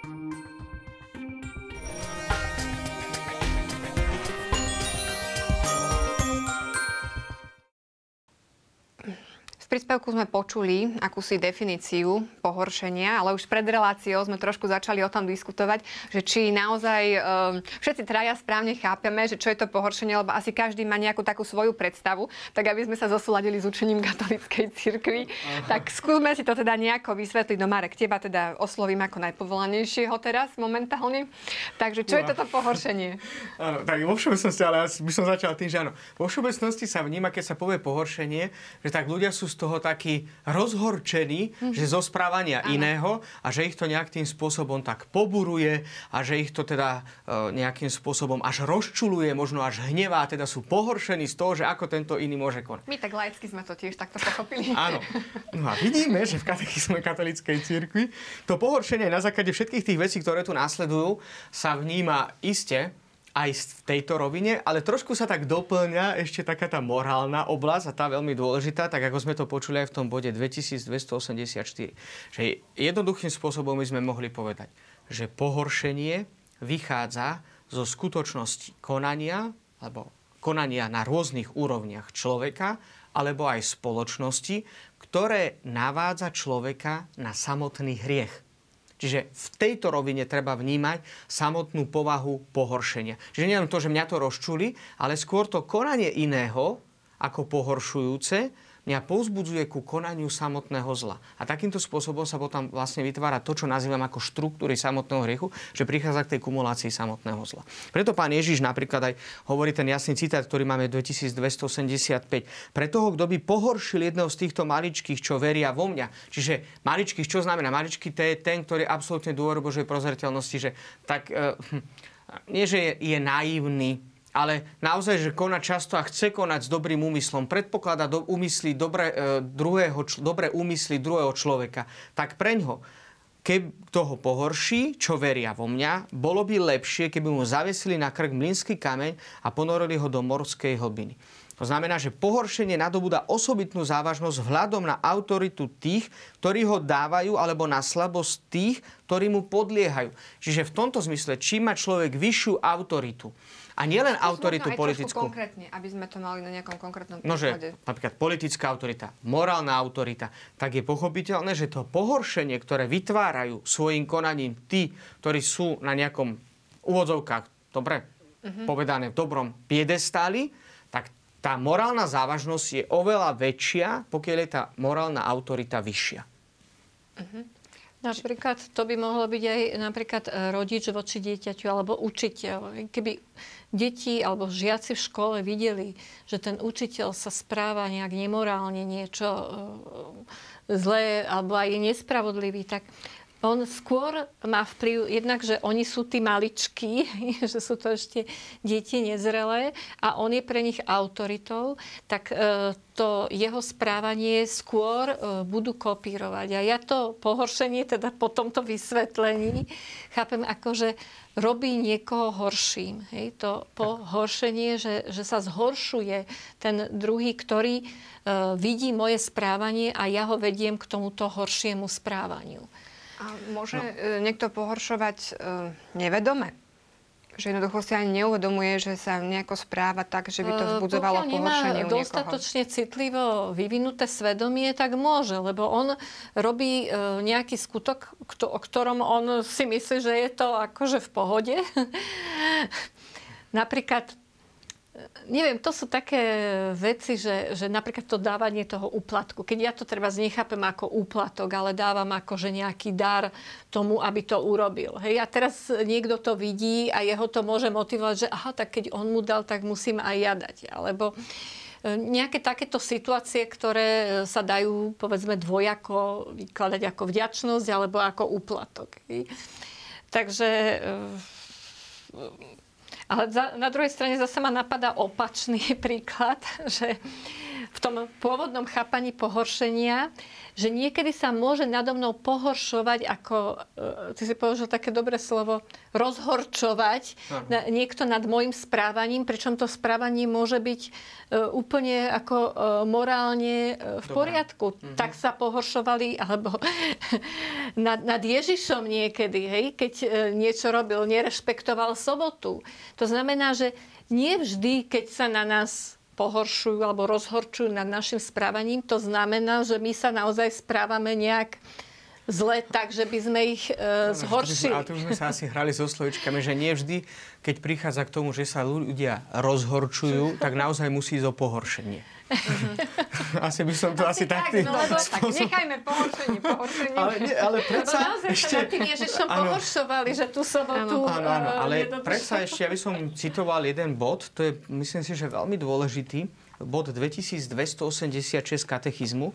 [SPEAKER 1] V príspevku sme počuli akúsi definíciu pohoršenia, ale už pred reláciou sme trošku začali o tom diskutovať, že či naozaj um, všetci traja správne chápeme, že čo je to pohoršenie, lebo asi každý má nejakú takú svoju predstavu, tak aby sme sa zosúladili s učením katolíckej cirkvi. Tak skúsme si to teda nejako vysvetliť. No Marek, teba teda oslovím ako najpovolanejšieho teraz momentálne. Takže čo je toto pohoršenie?
[SPEAKER 2] Áno, tak vo všeobecnosti, ale ja by som začal tým, že áno. Vo všeobecnosti sa vníma, keď sa povie pohoršenie, že tak ľudia sú z toho takí rozhorčení, mm-hmm. že zo správania ano. Iného a že ich to nejakým spôsobom tak poburuje a že ich to teda e, nejakým spôsobom až rozčuluje, možno až hnevá, teda sú pohoršení z toho, že ako tento iný môže konať.
[SPEAKER 1] My tak laicky sme to tiež takto pochopili.
[SPEAKER 2] Áno. No a vidíme, že v katechizme katolíckej cirkvi to pohoršenie na základe všetkých tých vecí, ktoré tu následujú, sa vníma iste aj v tejto rovine, ale trošku sa tak doplňa ešte taká tá morálna oblasť a tá veľmi dôležitá, tak ako sme to počuli aj v tom bode dvetisícdvestoosemdesiatštyri. Že jednoduchým spôsobom by sme mohli povedať, že pohoršenie vychádza zo skutočnosti konania, alebo konania na rôznych úrovniach človeka, alebo aj spoločnosti, ktoré navádza človeka na samotný hriech. Čiže v tejto rovine treba vnímať samotnú povahu pohoršenia. Čiže nie len to, že mňa to rozčuli, ale skôr to konanie iného ako pohoršujúce mňa povzbudzuje ku konaniu samotného zla. A takýmto spôsobom sa potom vlastne vytvára to, čo nazývam ako štruktúry samotného hriechu, že prichádza k tej kumulácii samotného zla. Preto pán Ježiš napríklad aj hovorí ten jasný citát, ktorý máme v dvetisícdvestoosemdesiatpäť. Pre toho, kto by pohoršil jedného z týchto maličkých, čo veria vo mňa. Čiže maličkých, čo znamená? Maličký to je ten, ktorý absolútne dôveruje Božej prozreteľnosti, že tak uh, nie, že je, je naivný, ale naozaj, že koná často a chce konať s dobrým úmyslom, predpokladá do úmysly dobre, e, druhého, dobré úmysly druhého človeka, tak preňho, keď toho pohorší, čo veria vo mňa, bolo by lepšie, keby mu zavesili na krk mlynský kameň a ponorili ho do morskej hlbiny. To znamená, že pohoršenie nadobúda osobitnú závažnosť vzhľadom na autoritu tých, ktorí ho dávajú, alebo na slabosť tých, ktorí mu podliehajú. Čiže v tomto zmysle, čím má človek vyššiu autoritu, a nielen autoritu politickú.
[SPEAKER 1] Konkrétne, aby sme to mali na nejakom konkrétnom príklade.
[SPEAKER 2] No, že napríklad politická autorita, morálna autorita, tak je pochopiteľné, že to pohoršenie, ktoré vytvárajú svojim konaním tí, ktorí sú na nejakom úvodzovkách, dobre, uh-huh. povedané v dobrom piedestáli, tak tá morálna závažnosť je oveľa väčšia, pokiaľ je tá morálna autorita vyššia.
[SPEAKER 1] Uh-huh.
[SPEAKER 3] Napríklad to by mohlo byť aj napríklad rodič voči dieťaťu alebo učiteľ. Keby deti alebo žiaci v škole videli, že ten učiteľ sa správa nejak nemorálne, niečo zlé alebo aj je nespravodlivý, tak on skôr má vplyv jednak, že oni sú tí maličkí, že sú to ešte deti nezrelé a on je pre nich autoritou, tak to jeho správanie skôr budú kopírovať. A ja to pohoršenie, teda po tomto vysvetlení, chápem ako, že robí niekoho horším. Hej? To pohoršenie, že, že sa zhoršuje ten druhý, ktorý uh, vidí moje správanie a ja ho vediem k tomuto horšiemu správaniu.
[SPEAKER 1] A môže no. niekto pohoršovať uh, nevedome? Že jednoducho si ani neuvedomuje, že sa nejako správa tak, že by to vzbudzovalo
[SPEAKER 3] Pokiaľ
[SPEAKER 1] pohoršenie u
[SPEAKER 3] nemá
[SPEAKER 1] niekoho.
[SPEAKER 3] dostatočne citlivo vyvinuté svedomie, tak môže, lebo on robí nejaký skutok, o ktorom on si myslí, že je to akože v pohode. Napríklad, neviem, to sú také veci, že, že napríklad to dávanie toho úplatku. Keď ja to treba nechápem ako úplatok, ale dávam akože nejaký dar tomu, aby to urobil. Hej, a teraz niekto to vidí a jeho to môže motivovať, že aha, tak keď on mu dal, tak musím aj ja dať. Alebo nejaké takéto situácie, ktoré sa dajú, povedzme, dvojako vykladať ako vďačnosť alebo ako úplatok. Hej. Takže ale za, na druhej strane zase ma napadá opačný príklad, že v tom pôvodnom chápaní pohoršenia, že niekedy sa môže nado mnou pohoršovať ako, ty si použil také dobré slovo, rozhorčovať na, niekto nad môjim správaním, pričom to správanie môže byť úplne ako morálne v poriadku. Mhm. Tak sa pohoršovali, alebo nad, nad Ježišom niekedy, hej, keď niečo robil, nerešpektoval sobotu. To znamená, že nie vždy, keď sa na nás pohoršujú alebo rozhorčujú nad našim správaním, to znamená, že my sa naozaj správame nejak zle, tak, že by sme ich e, zhoršili.
[SPEAKER 2] Ale tu sme sa asi hrali so slovičkami, že nie vždy, keď prichádza k tomu, že sa ľudia rozhorčujú, tak naozaj musí ísť o pohoršenie. Uh-huh. Asi by som to asi, asi tak...
[SPEAKER 1] tak, no, lebo, tak nechajme pohoršenie, pohoršenie.
[SPEAKER 2] Ale, nie, ale predsa...
[SPEAKER 3] Lebo naozaj ešte... sa nad tým Ježišom pohoršovali, že tú sobotu...
[SPEAKER 2] Áno, áno, ale predsa ešte, aby som citoval jeden bod, to je, myslím si, že veľmi dôležitý, bod dvetisícdvestoosemdesiatšesť katechizmu.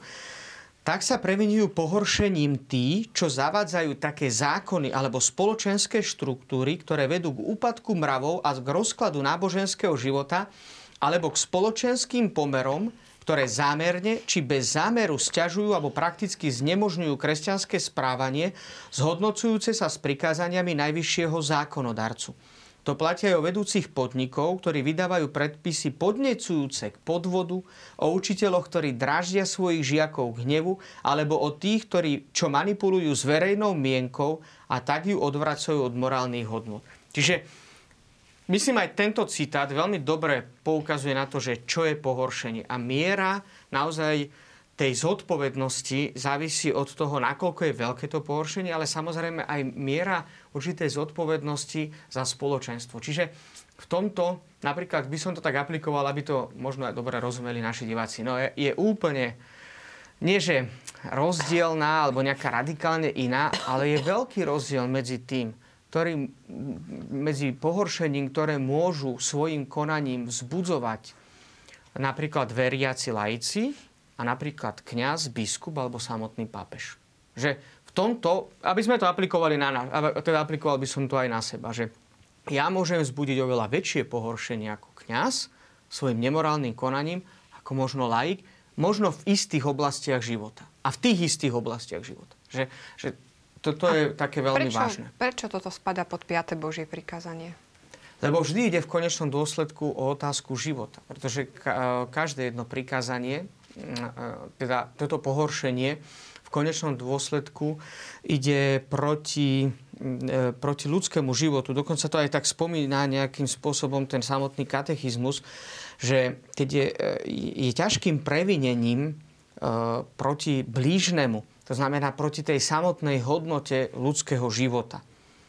[SPEAKER 2] Tak sa previnujú pohoršením tí, čo zavádzajú také zákony alebo spoločenské štruktúry, ktoré vedú k úpadku mravov a k rozkladu náboženského života, alebo k spoločenským pomerom, ktoré zámerne či bez zámeru sťažujú alebo prakticky znemožňujú kresťanské správanie, zhodnocujúce sa s prikázaniami najvyššieho zákonodarcu. To platia aj o vedúcich podnikov, ktorí vydávajú predpisy podnecujúce k podvodu, o učiteľoch, ktorí dráždia svojich žiakov k hnevu, alebo o tých, ktorí čo manipulujú s verejnou mienkou a tak ju odvracajú od morálnych hodnôt. Čiže myslím, aj tento citát veľmi dobre poukazuje na to, že čo je pohoršenie. A miera naozaj tej zodpovednosti závisí od toho, nakoľko je veľké to pohoršenie, ale samozrejme aj miera určitej zodpovednosti za spoločenstvo. Čiže v tomto, napríklad by som to tak aplikoval, aby to možno aj dobre rozumeli naši diváci. No je, je úplne, nie že rozdielná alebo nejaká radikálne iná, ale je veľký rozdiel medzi tým, ktorý, medzi pohoršením, ktoré môžu svojim konaním vzbudzovať napríklad veriaci laici a napríklad kňaz, biskup alebo samotný pápež. Že v tomto, aby sme to aplikovali na nás, teda aplikoval by som to aj na seba, že ja môžem vzbudiť oveľa väčšie pohoršenie ako kňaz svojim nemorálnym konaním, ako možno laik, možno v istých oblastiach života. A v tých istých oblastiach života. Že, že toto je také veľmi
[SPEAKER 1] prečo,
[SPEAKER 2] vážne.
[SPEAKER 1] Prečo toto spadá pod piate Božie prikázanie?
[SPEAKER 2] Lebo vždy ide v konečnom dôsledku o otázku života. Pretože každé jedno prikázanie, teda toto pohoršenie, v konečnom dôsledku ide proti, proti ľudskému životu. Dokonca to aj tak spomína nejakým spôsobom ten samotný katechizmus, že keď je, je ťažkým previnením proti blížnemu, to znamená proti tej samotnej hodnote ľudského života.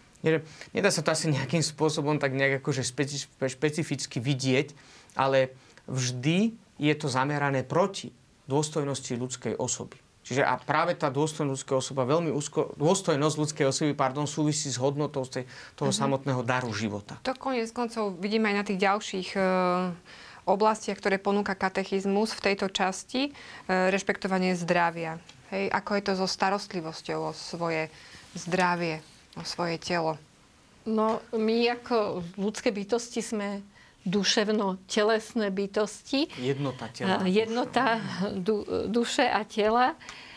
[SPEAKER 2] Nedá sa to asi nejakým spôsobom tak nejak akože špecificky vidieť, ale vždy je to zamerané proti dôstojnosti ľudskej osoby. Čiže a práve tá dôstojnosť ľudskej osoba, veľmi úzko, dôstojnosť ľudskej osoby, pardon, súvisí s hodnotou tej, toho uh-huh. samotného daru života.
[SPEAKER 1] To koniec koncov vidíme aj na tých ďalších e, oblastiach, ktoré ponúka katechizmus v tejto časti, e, rešpektovanie zdravia. Hej, ako je to so starostlivosťou o svoje zdravie, o svoje telo?
[SPEAKER 3] No, my ako ľudské bytosti sme duševno-telesné bytosti.
[SPEAKER 2] Jednota tela.
[SPEAKER 3] Jednota du, duše a tela.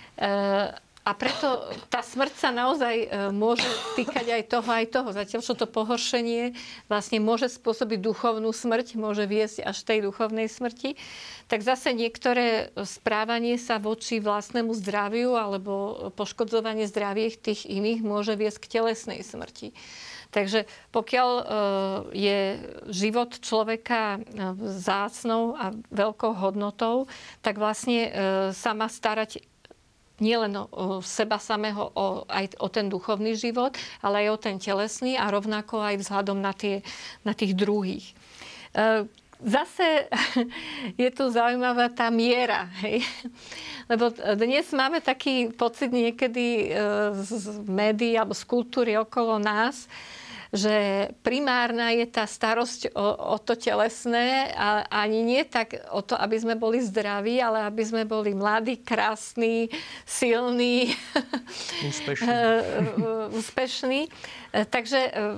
[SPEAKER 3] A preto tá smrť sa naozaj môže týkať aj toho, aj toho. Zatiaľ, čo to pohoršenie vlastne môže spôsobiť duchovnú smrť, môže viesť až tej duchovnej smrti, tak zase niektoré správanie sa voči vlastnému zdraviu alebo poškodzovanie zdravia tých iných môže viesť k telesnej smrti. Takže pokiaľ je život človeka vzácnou a veľkou hodnotou, tak vlastne sa má starať nielen o seba samého, o, aj o ten duchovný život, ale aj o ten telesný a rovnako aj vzhľadom na, tie, na tých druhých. Zase je tu zaujímavá tá miera. Hej? Lebo dnes máme taký pocit niekedy z médií alebo z kultúry okolo nás, že primárna je tá starosť o, o to telesné a ani nie tak o to, aby sme boli zdraví, ale aby sme boli mladí, krásni, silní,
[SPEAKER 2] úspešní.
[SPEAKER 3] úspešní. Takže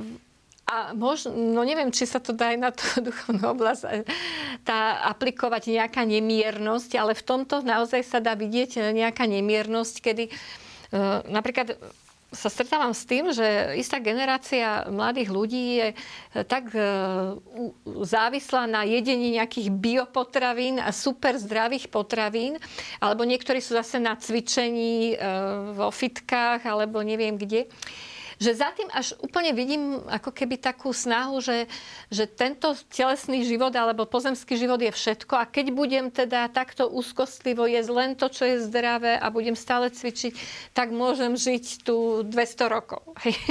[SPEAKER 3] a možno, no neviem, či sa to dá aj na tú duchovnú oblasť tá, aplikovať nejaká nemiernosť, ale v tomto naozaj sa dá vidieť nejaká nemiernosť, kedy uh, napríklad sa stretávam s tým, že istá generácia mladých ľudí je tak uh, závislá na jedení nejakých biopotravín a super zdravých potravín, alebo niektorí sú zase na cvičení uh, vo fitkách, alebo neviem kde, že za tým až úplne vidím ako keby takú snahu, že, že tento telesný život alebo pozemský život je všetko a keď budem teda takto úzkostlivo jesť len to, čo je zdravé a budem stále cvičiť, tak môžem žiť tu dvesto rokov.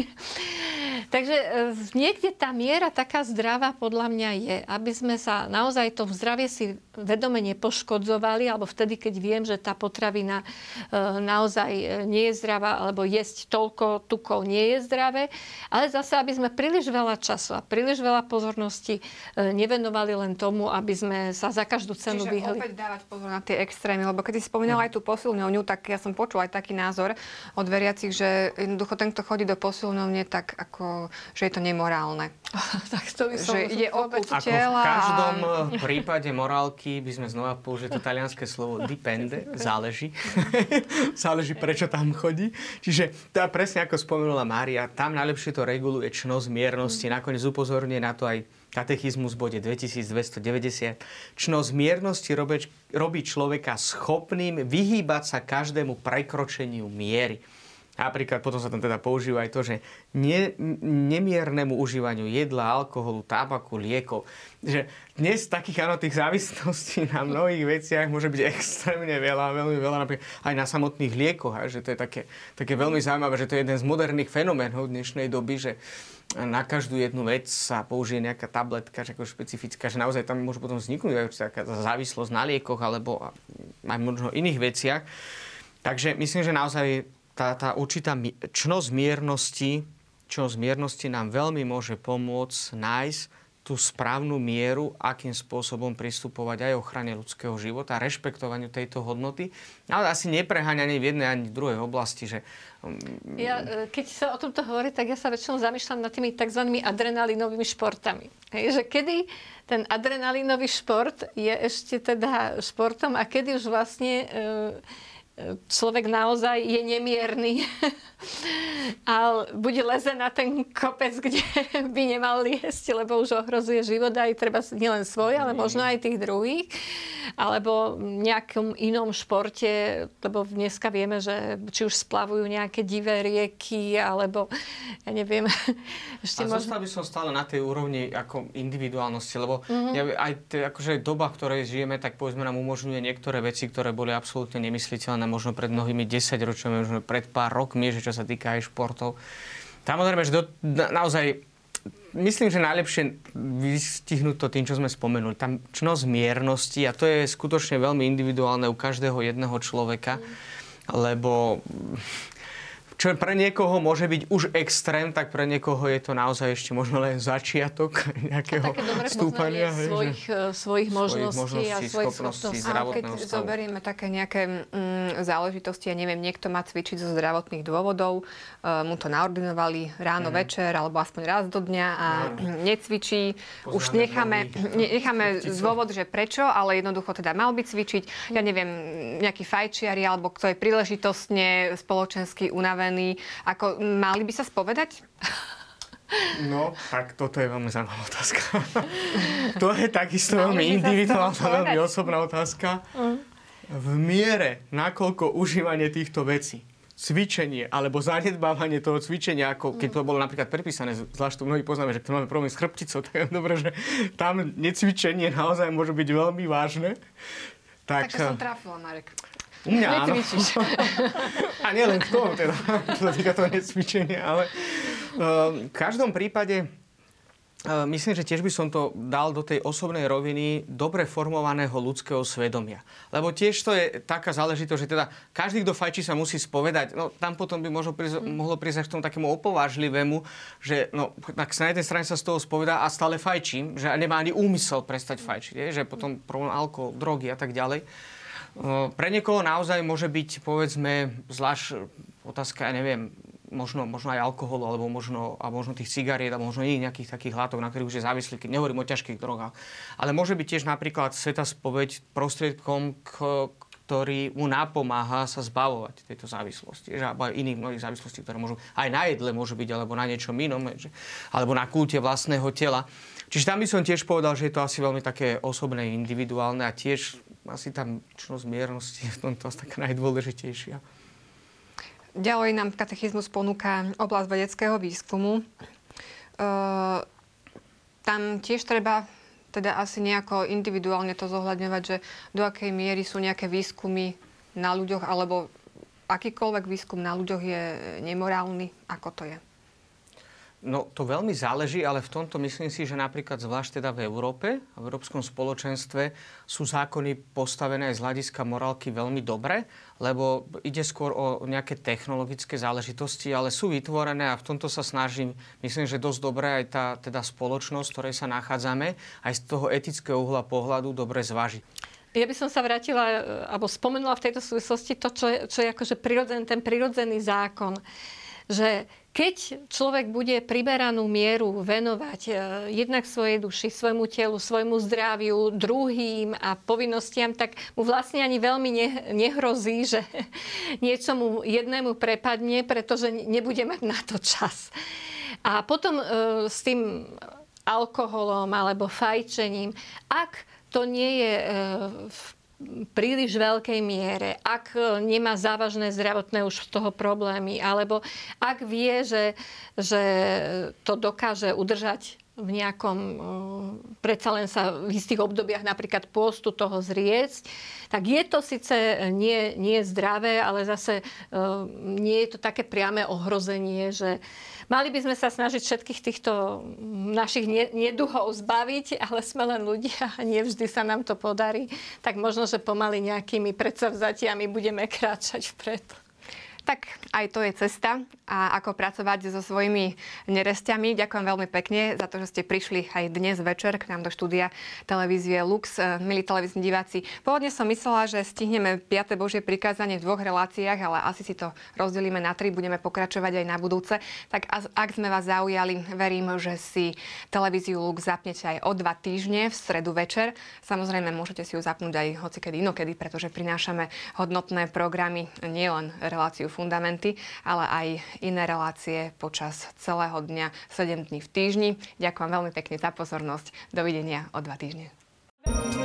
[SPEAKER 3] Takže niekde tá miera taká zdravá podľa mňa je, aby sme sa naozaj to v zdravie si vedome nepoškodzovali, alebo vtedy, keď viem, že tá potravina naozaj nie je zdravá, alebo jesť toľko tukov nie je zdravé, ale zase, aby sme príliš veľa času a príliš veľa pozornosti nevenovali len tomu, aby sme sa za každú cenu
[SPEAKER 1] Čiže
[SPEAKER 3] vyhli.
[SPEAKER 1] Čiže opäť dávať pozor na tie extrémy, lebo keď si spomínala aj tú posilňovňu, tak ja som počula aj taký názor od veriacich, že jednoducho ten, kto chodí do posilňovne, tak ako, že je to nemorálne.
[SPEAKER 3] Tak to by som...
[SPEAKER 1] Že ide o kult
[SPEAKER 2] Ako
[SPEAKER 1] tela.
[SPEAKER 2] v každom prípade morálky by sme znova použili to talianské slovo dipende, záleží. Záleží, prečo tam chodí. Čiže tá presne ako spomenula Mária, tam najlepšie to reguluje čnosť miernosti. Nakoniec upozorňuje na to aj katechizmus v bode dvetisícdvestodeväťdesiat. Čnosť miernosti robí, robí človeka schopným vyhýbať sa každému prekročeniu miery. Napríklad potom sa tam teda používa aj to, že ne, nemiernemu užívaniu jedla, alkoholu, tábaku, liekov. Že dnes takých áno, tých závislostí na mnohých veciach môže byť extrémne veľa, veľmi veľa, napríklad aj na samotných liekoch. Že to je také, také veľmi zaujímavé, že to je jeden z moderných fenoménov dnešnej doby, že na každú jednu vec sa použije nejaká tabletka, že ako špecifická, že naozaj tam môže potom vzniknúť aj taká závislosť na liekoch alebo aj možno iných veciach. Takže myslím, že naozaj tá, tá určitá čnosť miernosti, čnosť miernosti nám veľmi môže pomôcť nájsť tú správnu mieru, akým spôsobom pristupovať aj ochrane ľudského života, rešpektovaniu tejto hodnoty, ale asi nepreháňanie v jednej ani v druhej oblasti, že
[SPEAKER 3] Ja, keď sa o tomto hovorí, tak ja sa väčšinou zamýšľam nad tými tzv. Adrenalinovými športami. Hej, že kedy ten adrenalinový šport je ešte teda športom a kedy už vlastne človek naozaj je nemierny a buď leze na ten kopec, kde by nemal liesť, lebo už ohrozuje život aj treba nielen svoj, ale možno aj tých druhých. Alebo v nejakom inom športe, lebo dneska vieme, že či už splavujú nejaké divé rieky, alebo ja neviem.
[SPEAKER 2] Ešte a možno... zostal by som stále na tej úrovni ako individuálnosti, lebo mm-hmm. ja, aj te, akože doba, v ktorej žijeme, tak povedzme nám umožňuje niektoré veci, ktoré boli absolútne nemysliteľné, možno pred mnohými desaťročiami, možno pred pár rokmi, že čo sa týka aj športov. Samozrejme, že do, na, naozaj myslím, že najlepšie vystihnúť to tým, čo sme spomenuli. Tam čnosť miernosti a to je skutočne veľmi individuálne u každého jedného človeka, lebo čo pre niekoho môže byť už extrém, tak pre niekoho je to naozaj ešte možno len začiatok nejakého stúpania.
[SPEAKER 3] Svojich, svojich, svojich možností,
[SPEAKER 2] možností
[SPEAKER 3] a svojich schopností.
[SPEAKER 1] A keď stavu. Zoberieme také nejaké mm, záležitosti, ja neviem, niekto má cvičiť zo zdravotných dôvodov, uh, mu to naordinovali ráno, mm. večer, alebo aspoň raz do dňa a mm. necvičí. Poznáme už necháme, ne, necháme dôvod, že prečo, ale jednoducho teda mal by cvičiť. Ja neviem, nejaký fajčiari, alebo kto je príležitostne spoločensky unavený. Ako, mali by sa spovedať?
[SPEAKER 2] No, tak toto je veľmi zaujímavá otázka. To je takisto veľmi individuálna, veľmi osobná otázka. V miere, nakoľko užívanie týchto vecí cvičenie alebo zanedbávanie toho cvičenia, ako keď to bolo napríklad prepísané, zvlášť tu mnohí poznáme, že keď máme problém s chrbticou, tak je dobré, že tam necvičenie naozaj môže byť veľmi vážne. Tak,
[SPEAKER 1] Takže som trafila, Marek.
[SPEAKER 2] U mňa áno. A nielen v tom, teda, čo sa týka toho necvičenia, ale uh, v každom prípade uh, myslím, že tiež by som to dal do tej osobnej roviny dobre formovaného ľudského svedomia. Lebo tiež to je taká záležitosť, že teda každý, kto fajčí, sa musí spovedať. No tam potom by možno prísť, mm. mohlo prísť k tomu takému opovážlivému, že no, tak sa na jednej strane sa z toho spovedá a stále fajčím, že nemá ani úmysel prestať fajčiť, je? Že potom problém alkohol, drogy a tak ďalej. Pre niekoho naozaj môže byť, povedzme, zvlášť otázka, ja neviem, možno, možno aj alkoholu, alebo možno, a možno tých cigariet, alebo možno iných nejakých takých látok, na ktorých už je závislý, keď nehovorím o ťažkých drogách. Ale môže byť tiež napríklad svätá spoveď prostriedkom, k, ktorý mu napomáha sa zbavovať tejto závislosti. Že, alebo aj iných mnohých závislostí, ktoré môžu aj na jedle môžu byť, alebo na niečom inom, že, alebo na kulte vlastného tela. Čiže tam by som tiež povedal, že je to asi veľmi také osobné, individuálne a tiež asi tam čnosť miernosti je v tomto asi taká najdôležitejšia.
[SPEAKER 1] Ďalej nám katechizmus ponúka oblasť vedeckého výskumu. E, tam tiež treba teda asi nejako individuálne to zohľadňovať, že do akej miery sú nejaké výskumy na ľuďoch, alebo akýkoľvek výskum na ľuďoch je nemorálny, ako to je.
[SPEAKER 2] No, to veľmi záleží, ale v tomto myslím si, že napríklad zvlášť teda v Európe, v Európskom spoločenstve sú zákony postavené aj z hľadiska morálky veľmi dobre, lebo ide skôr o nejaké technologické záležitosti, ale sú vytvorené a v tomto sa snažím, myslím, že dosť dobre aj tá teda spoločnosť, v ktorej sa nachádzame, aj z toho etického uhla pohľadu dobre zvážiť.
[SPEAKER 3] Ja by som sa vrátila, alebo spomenula v tejto súvislosti to, čo je, čo je akože prirodzený, ten prirodzený zákon, že keď človek bude priberanú mieru venovať eh, jednak svojej duši, svojmu telu, svojmu zdraviu, druhým a povinnostiam, tak mu vlastne ani veľmi ne, nehrozí, že niečo mu jednému prepadne, pretože nebude mať na to čas. A potom eh, s tým alkoholom alebo fajčením, ak to nie je eh, v príliš veľkej miere, ak nemá závažné zdravotné už z toho problémy, alebo ak vie, že, že to dokáže udržať v nejakom, predsa len sa v istých obdobiach napríklad pôstu toho zriecť, tak je to síce nie, nie zdravé, ale zase nie je to také priame ohrozenie, že mali by sme sa snažiť všetkých týchto našich neduhov zbaviť, ale sme len ľudia a nevždy sa nám to podarí. Tak možno, že pomaly nejakými predsavzatiami budeme kráčať vpred.
[SPEAKER 1] Tak aj to je cesta a ako pracovať so svojimi neresťami. Ďakujem veľmi pekne za to, že ste prišli aj dnes večer k nám do štúdia televízie Lux. Milí televízni diváci, pôvodne som myslela, že stihneme piate Božie prikázanie v dvoch reláciách, ale asi si to rozdelíme na tri, budeme pokračovať aj na budúce. Tak ak sme vás zaujali, verím, že si televíziu Lux zapnete aj o dva týždne v stredu večer. Samozrejme, môžete si ju zapnúť aj hocikedy inokedy, pretože prinášame hodnotné programy, nielen reláciu Fundamenty, ale aj iné relácie počas celého dňa, sedem dní v týždni. Ďakujem veľmi pekne za pozornosť. Dovidenia o dva týždne.